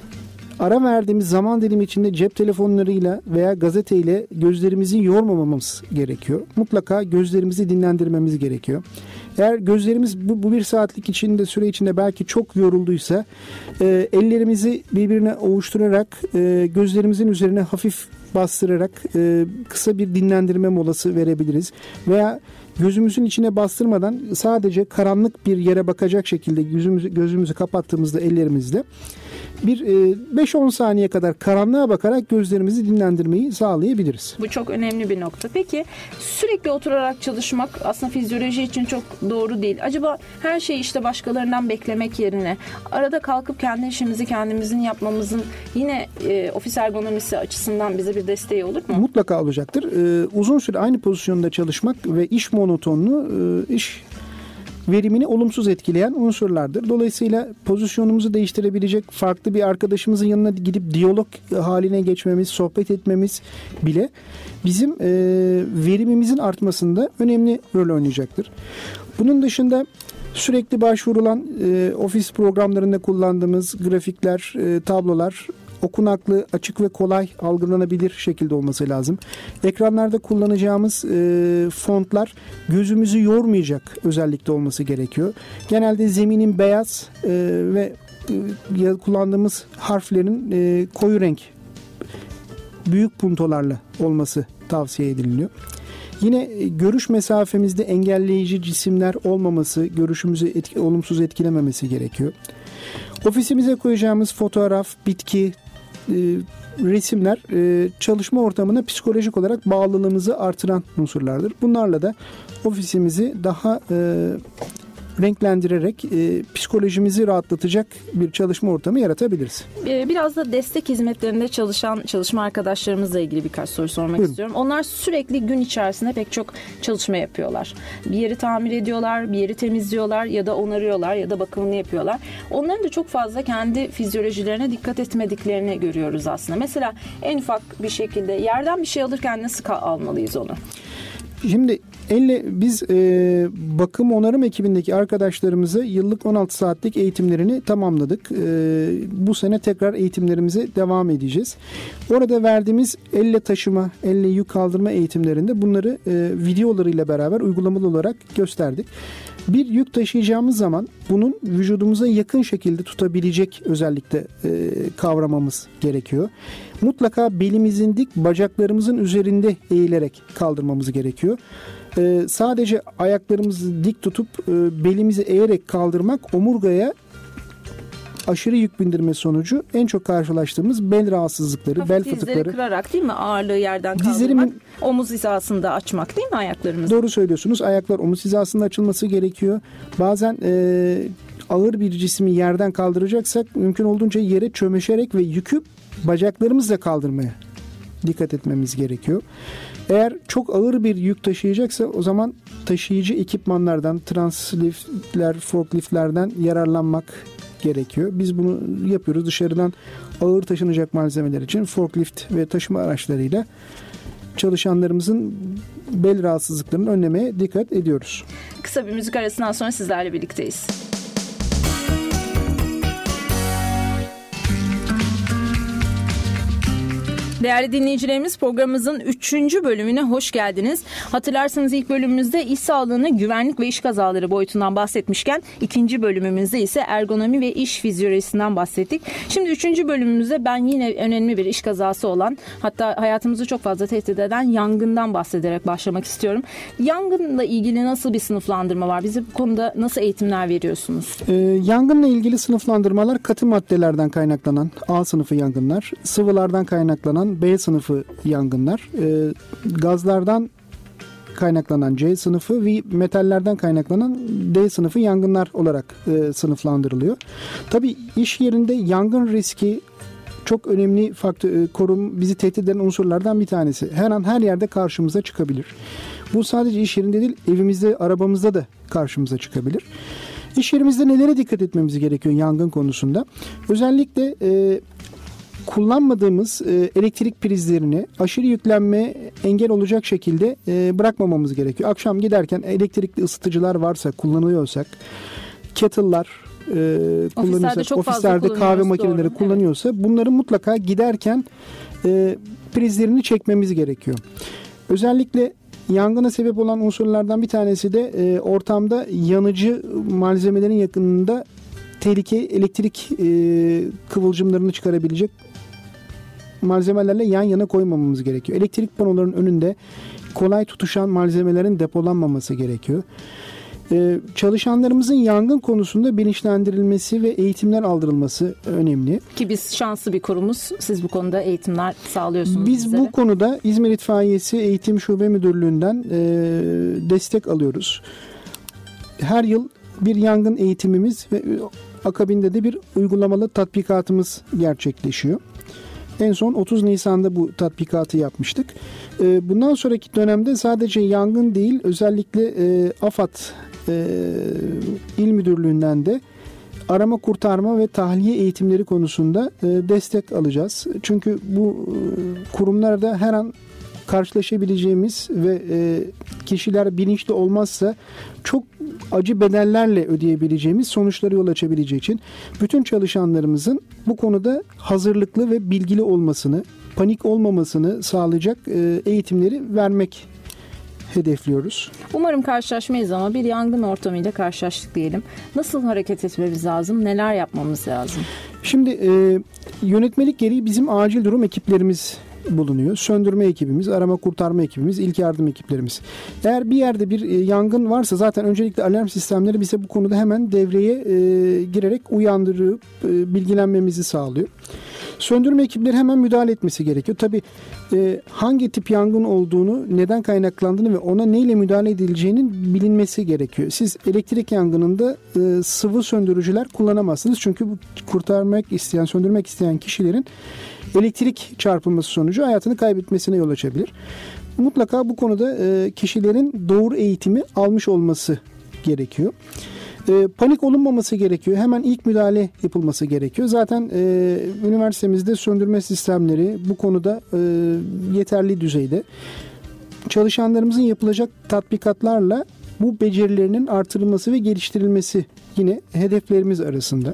[SPEAKER 3] ara verdiğimiz zaman dilimi içinde cep telefonlarıyla veya gazeteyle gözlerimizi yormamamız gerekiyor. Mutlaka gözlerimizi dinlendirmemiz gerekiyor. Eğer gözlerimiz bu, bu bir saatlik içinde süre içinde belki çok yorulduysa e, ellerimizi birbirine ovuşturarak e, gözlerimizin üzerine hafif bastırarak e, kısa bir dinlendirme molası verebiliriz. Veya gözümüzün içine bastırmadan sadece karanlık bir yere bakacak şekilde gözümüzü, gözümüzü kapattığımızda ellerimizle bir beş on saniye kadar karanlığa bakarak gözlerimizi dinlendirmeyi sağlayabiliriz.
[SPEAKER 2] Bu çok önemli bir nokta. Peki sürekli oturarak çalışmak aslında fizyoloji için çok doğru değil. Acaba her şeyi işte başkalarından beklemek yerine arada kalkıp kendi işimizi kendimizin yapmamızın yine e, ofis ergonomisi açısından bize bir desteği olur mu?
[SPEAKER 3] Mutlaka olacaktır. Ee, uzun süre aynı pozisyonda çalışmak ve iş monotonluğu e, iş verimini olumsuz etkileyen unsurlardır. Dolayısıyla pozisyonumuzu değiştirebilecek farklı bir arkadaşımızın yanına gidip diyalog haline geçmemiz, sohbet etmemiz bile bizim e, verimimizin artmasında önemli rol oynayacaktır. Bunun dışında Sürekli başvurulan e, ofis programlarında kullandığımız grafikler, e, tablolar okunaklı, açık ve kolay algılanabilir şekilde olması lazım. Ekranlarda kullanacağımız e, fontlar gözümüzü yormayacak özellikte olması gerekiyor. Genelde zeminin beyaz e, ve e, kullandığımız harflerin e, koyu renk, büyük puntolarla olması tavsiye ediliyor. Yine görüş mesafemizde engelleyici cisimler olmaması, görüşümüzü etki, olumsuz etkilememesi gerekiyor. Ofisimize koyacağımız fotoğraf, bitki, e, resimler e, çalışma ortamına psikolojik olarak bağlılığımızı artıran unsurlardır. Bunlarla da ofisimizi daha e, renklendirerek e, psikolojimizi rahatlatacak bir çalışma ortamı yaratabiliriz.
[SPEAKER 2] Biraz da destek hizmetlerinde çalışan çalışma arkadaşlarımızla ilgili birkaç soru sormak Buyurun. istiyorum. Onlar sürekli gün içerisinde pek çok çalışma yapıyorlar. Bir yeri tamir ediyorlar, bir yeri temizliyorlar ya da onarıyorlar ya da bakımını yapıyorlar. Onların da çok fazla kendi fizyolojilerine dikkat etmediklerini görüyoruz aslında. Mesela en ufak bir şekilde yerden bir şey alırken nasıl almalıyız onu?
[SPEAKER 3] Şimdi elle biz e, bakım onarım ekibindeki arkadaşlarımızı yıllık on altı saatlik eğitimlerini tamamladık. E, bu sene tekrar eğitimlerimize devam edeceğiz. Orada verdiğimiz elle taşıma, elle yük kaldırma eğitimlerinde bunları e, videolarıyla beraber uygulamalı olarak gösterdik. Bir yük taşıyacağımız zaman bunun vücudumuza yakın şekilde tutabilecek özellikle e, kavramamız gerekiyor. Mutlaka belimizin dik, bacaklarımızın üzerinde eğilerek kaldırmamız gerekiyor. E, sadece ayaklarımızı dik tutup e, belimizi eğerek kaldırmak omurgaya aşırı yük bindirme sonucu en çok karşılaştığımız bel rahatsızlıkları,
[SPEAKER 2] Hafif
[SPEAKER 3] bel fıtıkları.
[SPEAKER 2] Dizleri kırarak değil mi? Ağırlığı yerden kaldırmak.
[SPEAKER 3] Dizlerimin,
[SPEAKER 2] omuz hizasında açmak değil mi ayaklarımızı?
[SPEAKER 3] Doğru söylüyorsunuz. Ayaklar omuz hizasında açılması gerekiyor. Bazen e, ağır bir cismi yerden kaldıracaksak mümkün olduğunca yere çömeşerek ve yükü bacaklarımızla kaldırmaya dikkat etmemiz gerekiyor. Eğer çok ağır bir yük taşıyacaksa o zaman taşıyıcı ekipmanlardan, transliftler, forkliftlerden yararlanmak gerekiyor. Biz bunu yapıyoruz. Dışarıdan ağır taşınacak malzemeler için forklift ve taşıma araçlarıyla çalışanlarımızın bel rahatsızlıklarını önlemeye dikkat ediyoruz.
[SPEAKER 2] Kısa bir müzik arasından sonra sizlerle birlikteyiz. Değerli dinleyicilerimiz, programımızın üçüncü bölümüne hoş geldiniz. Hatırlarsanız ilk bölümümüzde iş sağlığını, güvenlik ve iş kazaları boyutundan bahsetmişken ikinci bölümümüzde ise ergonomi ve iş fizyolojisinden bahsettik. Şimdi üçüncü bölümümüzde ben yine önemli bir iş kazası olan, hatta hayatımızı çok fazla tehdit eden yangından bahsederek başlamak istiyorum. Yangınla ilgili nasıl bir sınıflandırma var? Bize bu konuda nasıl eğitimler veriyorsunuz?
[SPEAKER 3] Ee, yangınla ilgili sınıflandırmalar katı maddelerden kaynaklanan A sınıfı yangınlar, sıvılardan kaynaklanan B sınıfı yangınlar, e, gazlardan kaynaklanan C sınıfı ve metallerden kaynaklanan D sınıfı yangınlar olarak e, sınıflandırılıyor. Tabii iş yerinde yangın riski çok önemli faktör, korum bizi tehdit eden unsurlardan bir tanesi. Her an her yerde karşımıza çıkabilir. Bu sadece iş yerinde değil, evimizde, arabamızda da karşımıza çıkabilir. İş yerimizde nelere dikkat etmemiz gerekiyor yangın konusunda? Özellikle e, kullanmadığımız e, elektrik prizlerini aşırı yüklenme engel olacak şekilde e, bırakmamamız gerekiyor. Akşam giderken elektrikli ısıtıcılar varsa, kullanıyorsak, kettle'lar e, kullanıyorsak, ofislerde kahve makineleri doğru, kullanıyorsa evet. Bunları mutlaka giderken e, prizlerini çekmemiz gerekiyor. Özellikle yangına sebep olan unsurlardan bir tanesi de e, ortamda yanıcı malzemelerin yakınında tehlike elektrik e, kıvılcımlarını çıkarabilecek malzemelerle yan yana koymamamız gerekiyor. Elektrik panolarının önünde kolay tutuşan malzemelerin depolanmaması gerekiyor. Ee, çalışanlarımızın yangın konusunda bilinçlendirilmesi ve eğitimler aldırılması önemli.
[SPEAKER 2] Ki biz şanslı bir kurumuz. Siz bu konuda eğitimler sağlıyorsunuz
[SPEAKER 3] Biz
[SPEAKER 2] bizlere.
[SPEAKER 3] Bu konuda İzmir İtfaiyesi Eğitim Şube Müdürlüğü'nden e, destek alıyoruz. Her yıl bir yangın eğitimimiz ve akabinde de bir uygulamalı tatbikatımız gerçekleşiyor. En son otuz Nisan'da bu tatbikatı yapmıştık. Bundan sonraki dönemde sadece yangın değil, özellikle AFAD İl Müdürlüğü'nden de arama, kurtarma ve tahliye eğitimleri konusunda destek alacağız. Çünkü bu kurumlarda her an karşılaşabileceğimiz ve kişiler bilinçli olmazsa çok acı bedellerle ödeyebileceğimiz sonuçlara yol açabileceği için bütün çalışanlarımızın bu konuda hazırlıklı ve bilgili olmasını, panik olmamasını sağlayacak e, eğitimleri vermek hedefliyoruz.
[SPEAKER 2] Umarım karşılaşmayız ama bir yangın ortamıyla karşılaştık diyelim. Nasıl hareket etmemiz lazım? Neler yapmamız lazım?
[SPEAKER 3] Şimdi e, yönetmelik gereği bizim acil durum ekiplerimiz bulunuyor. Söndürme ekibimiz, arama kurtarma ekibimiz, ilk yardım ekiplerimiz. Eğer bir yerde bir e, yangın varsa zaten öncelikle alarm sistemleri bize bu konuda hemen devreye e, girerek uyandırıp e, bilgilenmemizi sağlıyor. Söndürme ekipleri hemen müdahale etmesi gerekiyor. Tabii e, hangi tip yangın olduğunu, neden kaynaklandığını ve ona neyle müdahale edileceğinin bilinmesi gerekiyor. Siz elektrik yangınında e, sıvı söndürücüler kullanamazsınız. Çünkü bu kurtarmak isteyen, söndürmek isteyen kişilerin elektrik çarpılması sonucu hayatını kaybetmesine yol açabilir. Mutlaka bu konuda e, kişilerin doğru eğitimi almış olması gerekiyor. E, panik olunmaması gerekiyor. Hemen ilk müdahale yapılması gerekiyor. Zaten e, üniversitemizde söndürme sistemleri bu konuda e, yeterli düzeyde. Çalışanlarımızın yapılacak tatbikatlarla bu becerilerinin artırılması ve geliştirilmesi yine hedeflerimiz arasında.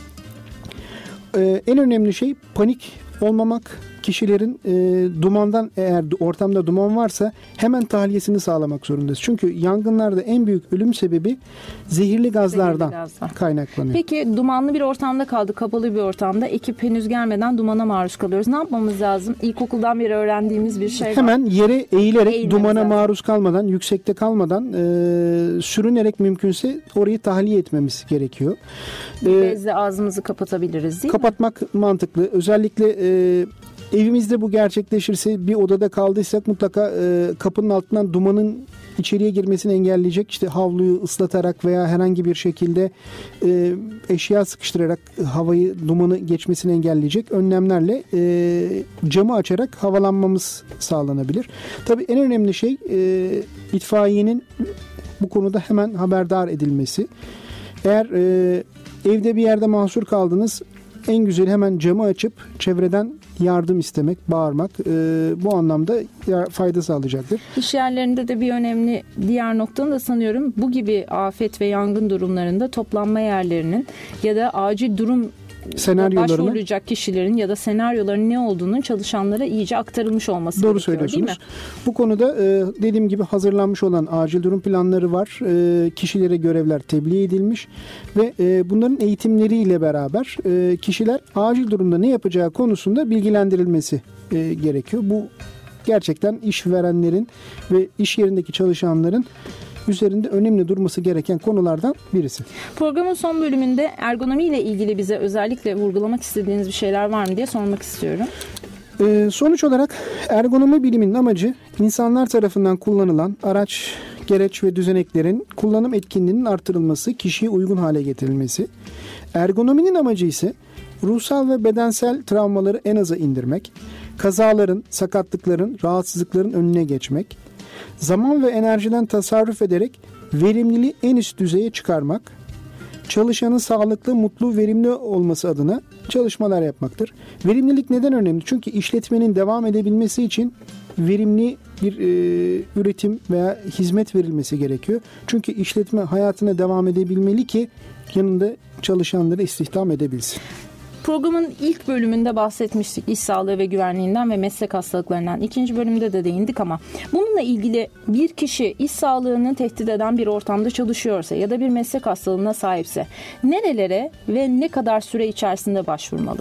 [SPEAKER 3] E, en önemli şey panik olmamak, kişilerin e, dumandan, eğer ortamda duman varsa hemen tahliyesini sağlamak zorundayız. Çünkü yangınlarda en büyük ölüm sebebi zehirli gazlardan zehirli gazlar. kaynaklanıyor.
[SPEAKER 2] Peki dumanlı bir ortamda kaldık, kapalı bir ortamda, ekip henüz gelmeden dumana maruz kalıyoruz. Ne yapmamız lazım? İlkokuldan beri öğrendiğimiz bir şey var.
[SPEAKER 3] Hemen yere eğilerek
[SPEAKER 2] Eğilmemiz
[SPEAKER 3] dumana
[SPEAKER 2] lazım.
[SPEAKER 3] maruz kalmadan, yüksekte kalmadan e, sürünerek mümkünse orayı tahliye etmemiz gerekiyor.
[SPEAKER 2] Bir bezle ağzımızı kapatabiliriz değil
[SPEAKER 3] Kapatmak
[SPEAKER 2] mi?
[SPEAKER 3] mantıklı. Özellikle e, evimizde bu gerçekleşirse, bir odada kaldıysak mutlaka e, kapının altından dumanın içeriye girmesini engelleyecek işte havluyu ıslatarak veya herhangi bir şekilde e, eşya sıkıştırarak havayı, dumanı geçmesini engelleyecek önlemlerle e, camı açarak havalanmamız sağlanabilir. Tabii en önemli şey e, itfaiyenin bu konuda hemen haberdar edilmesi. Eğer e, evde bir yerde mahsur kaldınız, en güzeli hemen camı açıp çevreden yardım istemek, bağırmak e, bu anlamda fayda sağlayacaktır.
[SPEAKER 2] İş yerlerinde de bir önemli diğer noktanı da sanıyorum bu gibi afet ve yangın durumlarında toplanma yerlerinin ya da acil durum başvurulacak kişilerin ya da senaryoların ne olduğunun çalışanlara iyice aktarılmış olması
[SPEAKER 3] Doğru
[SPEAKER 2] gerekiyor,
[SPEAKER 3] söylüyorsunuz.
[SPEAKER 2] değil mi?
[SPEAKER 3] Bu konuda e, dediğim gibi hazırlanmış olan acil durum planları var. E, kişilere görevler tebliğ edilmiş ve e, bunların eğitimleriyle beraber e, kişiler acil durumda ne yapacağı konusunda bilgilendirilmesi e, gerekiyor. Bu gerçekten işverenlerin ve iş yerindeki çalışanların üzerinde önemli durması gereken konulardan birisi.
[SPEAKER 2] Programın son bölümünde ergonomi ile ilgili bize özellikle vurgulamak istediğiniz bir şeyler var mı diye sormak istiyorum.
[SPEAKER 3] Ee, sonuç olarak ergonomi biliminin amacı insanlar tarafından kullanılan araç, gereç ve düzeneklerin kullanım etkinliğinin artırılması, kişiye uygun hale getirilmesi. Ergonominin amacı ise ruhsal ve bedensel travmaları en aza indirmek, kazaların, sakatlıkların, rahatsızlıkların önüne geçmek, zaman ve enerjiden tasarruf ederek verimliliği en üst düzeye çıkarmak, çalışanın sağlıklı, mutlu, verimli olması adına çalışmalar yapmaktır. Verimlilik neden önemli? Çünkü işletmenin devam edebilmesi için verimli bir e, üretim veya hizmet verilmesi gerekiyor. Çünkü işletme hayatına devam edebilmeli ki yanında çalışanları istihdam edebilsin.
[SPEAKER 2] Programın ilk bölümünde bahsetmiştik iş sağlığı ve güvenliğinden ve meslek hastalıklarından. İkinci bölümde de değindik ama bununla ilgili bir kişi iş sağlığını tehdit eden bir ortamda çalışıyorsa ya da bir meslek hastalığına sahipse nerelere ve ne kadar süre içerisinde başvurmalı?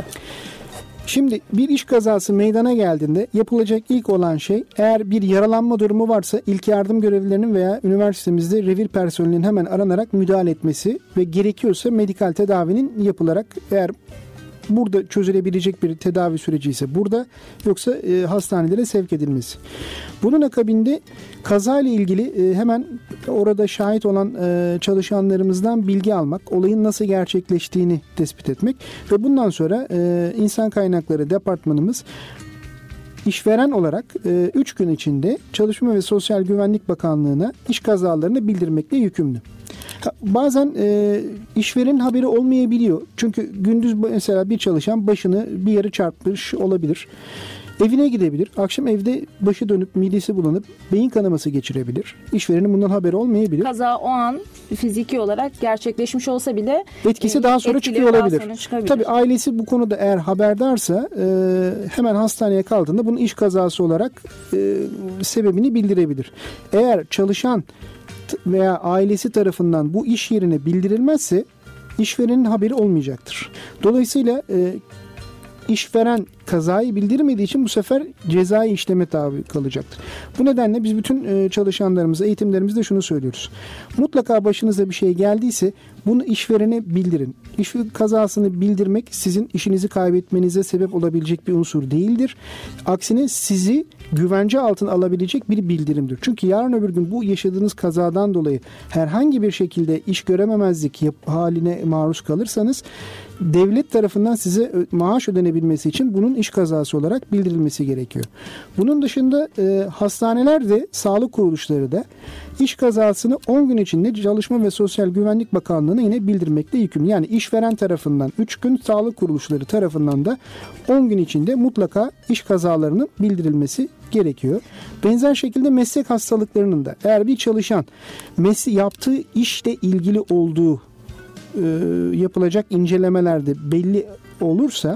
[SPEAKER 3] Şimdi bir iş kazası meydana geldiğinde yapılacak ilk olan şey, eğer bir yaralanma durumu varsa ilk yardım görevlilerinin veya üniversitemizde revir personelinin hemen aranarak müdahale etmesi ve gerekiyorsa medikal tedavinin yapılarak, eğer burada çözülebilecek bir tedavi süreci ise burada, yoksa e, hastanelere sevk edilmesi. Bunun akabinde kaza ile ilgili e, hemen orada şahit olan e, çalışanlarımızdan bilgi almak, olayın nasıl gerçekleştiğini tespit etmek ve bundan sonra e, insan kaynakları departmanımız işveren olarak üç gün içinde Çalışma ve Sosyal Güvenlik Bakanlığı'na iş kazalarını bildirmekle yükümlü. Bazen e, işverenin haberi olmayabiliyor. Çünkü gündüz mesela bir çalışan başını bir yere çarpmış olabilir. Evine gidebilir. Akşam evde başı dönüp midesi bulanıp beyin kanaması geçirebilir. İşverenin bundan haberi olmayabilir.
[SPEAKER 2] Kaza o an fiziki olarak gerçekleşmiş olsa bile
[SPEAKER 3] etkisi daha sonra çıkıyor
[SPEAKER 2] daha
[SPEAKER 3] olabilir.
[SPEAKER 2] Sonra
[SPEAKER 3] Tabii ailesi bu konuda eğer haberdarsa e, hemen hastaneye kaldığında bunun iş kazası olarak e, sebebini bildirebilir. Eğer çalışan veya ailesi tarafından bu iş yerine bildirilmezse işverenin haberi olmayacaktır. Dolayısıyla e, işveren kazayı bildirmediği için bu sefer cezai işleme tabi kalacaktır. Bu nedenle biz bütün çalışanlarımıza, eğitimlerimizde şunu söylüyoruz. Mutlaka başınıza bir şey geldiyse bunu işverene bildirin. İş kazasını bildirmek sizin işinizi kaybetmenize sebep olabilecek bir unsur değildir. Aksine sizi güvence altına alabilecek bir bildirimdir. Çünkü yarın öbür gün bu yaşadığınız kazadan dolayı herhangi bir şekilde iş görememezlik haline maruz kalırsanız devlet tarafından size maaş ödenebilmesi için bunun iş kazası olarak bildirilmesi gerekiyor. Bunun dışında e, hastaneler de, sağlık kuruluşları da iş kazasını on gün içinde Çalışma ve Sosyal Güvenlik Bakanlığı'na yine bildirmekle yükümlü. Yani işveren tarafından üç gün, sağlık kuruluşları tarafından da on gün içinde mutlaka iş kazalarının bildirilmesi gerekiyor. Benzer şekilde meslek hastalıklarının da eğer bir çalışan mesle yaptığı işle ilgili olduğu e, yapılacak incelemelerde belli olursa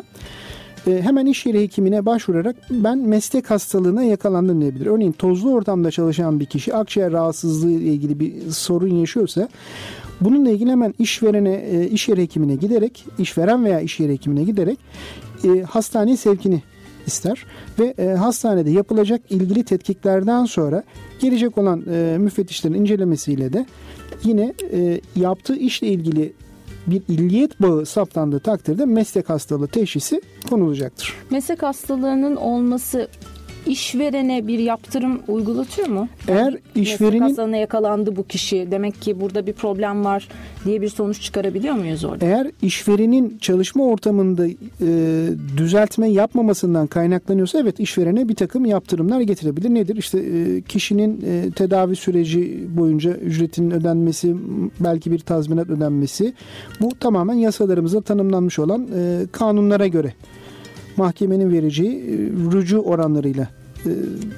[SPEAKER 3] hemen iş yeri hekimine başvurarak ben meslek hastalığına yakalandım diyebilir. Örneğin tozlu ortamda çalışan bir kişi akciğer rahatsızlığı ile ilgili bir sorun yaşıyorsa bununla ilgili hemen işverene, iş yeri hekimine giderek, işveren veya iş yeri hekimine giderek hastaneye sevkini ister ve hastanede yapılacak ilgili tetkiklerden sonra gelecek olan müfettişlerin incelemesiyle de yine yaptığı işle ilgili bir illiyet bağı saptandığı takdirde meslek hastalığı teşhisi konulacaktır.
[SPEAKER 2] Meslek hastalığının olması işverene bir yaptırım uygulatıyor mu?
[SPEAKER 3] Eğer işverenin
[SPEAKER 2] meslek hastalığına yakalandı bu kişi, demek ki burada bir problem var diye bir sonuç çıkarabiliyor muyuz orada?
[SPEAKER 3] Eğer işverenin çalışma ortamında e, düzeltme yapmamasından kaynaklanıyorsa evet işverene bir takım yaptırımlar getirebilir. Nedir? İşte e, kişinin e, tedavi süreci boyunca ücretinin ödenmesi, belki bir tazminat ödenmesi. Bu tamamen yasalarımızda tanımlanmış olan e, kanunlara göre mahkemenin vereceği e, rücu oranlarıyla e,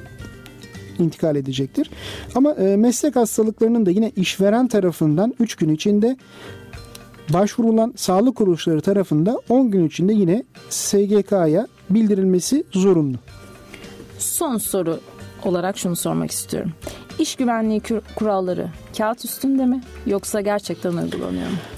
[SPEAKER 3] intikal edecektir. Ama e, meslek hastalıklarının da yine işveren tarafından üç gün içinde, başvurulan sağlık kuruluşları tarafından on gün içinde yine S G K'ya bildirilmesi zorunlu.
[SPEAKER 2] Son soru olarak şunu sormak istiyorum. İş güvenliği kuralları kağıt üstünde mi yoksa gerçekten uygulanıyor mu?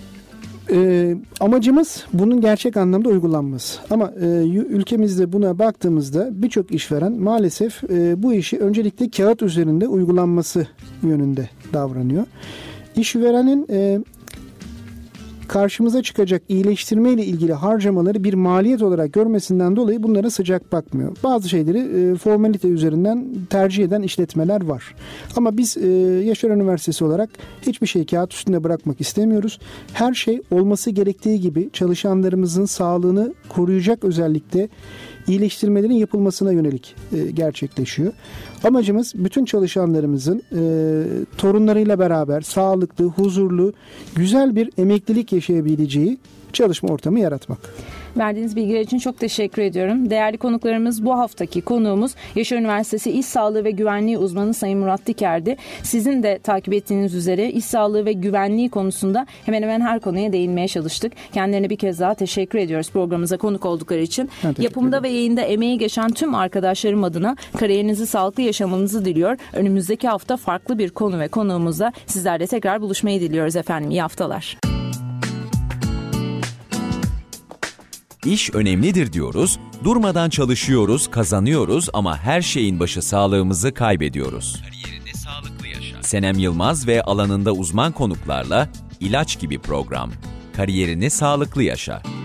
[SPEAKER 3] Ee, amacımız bunun gerçek anlamda uygulanması. Ama e, ülkemizde buna baktığımızda birçok işveren maalesef e, bu işi öncelikle kağıt üzerinde uygulanması yönünde davranıyor. İşverenin e, karşımıza çıkacak iyileştirme ile ilgili harcamaları bir maliyet olarak görmesinden dolayı bunlara sıcak bakmıyor. Bazı şeyleri e, formalite üzerinden tercih eden işletmeler var. Ama biz e, Yaşar Üniversitesi olarak hiçbir şeyi kağıt üstünde bırakmak istemiyoruz. Her şey olması gerektiği gibi çalışanlarımızın sağlığını koruyacak özellikle iyileştirmelerin yapılmasına yönelik e, gerçekleşiyor. Amacımız bütün çalışanlarımızın e, torunlarıyla beraber sağlıklı, huzurlu, güzel bir emeklilik yaşayabileceği çalışma ortamı yaratmak.
[SPEAKER 2] Verdiğiniz bilgiler için çok teşekkür ediyorum. Değerli konuklarımız, bu haftaki konuğumuz Yaşar Üniversitesi İş Sağlığı ve Güvenliği uzmanı Sayın Murat Diker'di. Sizin de takip ettiğiniz üzere iş sağlığı ve güvenliği konusunda hemen hemen her konuya değinmeye çalıştık. Kendilerine bir kez daha teşekkür ediyoruz programımıza konuk oldukları için. Yapımda ve yayında emeği geçen tüm arkadaşlarım adına kariyerinizi sağlıklı yaşamanızı diliyor. Önümüzdeki hafta farklı bir konu ve konuğumuzla sizlerle tekrar buluşmayı diliyoruz efendim. İyi haftalar.
[SPEAKER 1] İş önemlidir diyoruz, durmadan çalışıyoruz, kazanıyoruz ama her şeyin başı sağlığımızı kaybediyoruz. Kariyerini sağlıklı yaşa. Senem Yılmaz ve alanında uzman konuklarla ilaç gibi program. Kariyerini sağlıklı yaşa.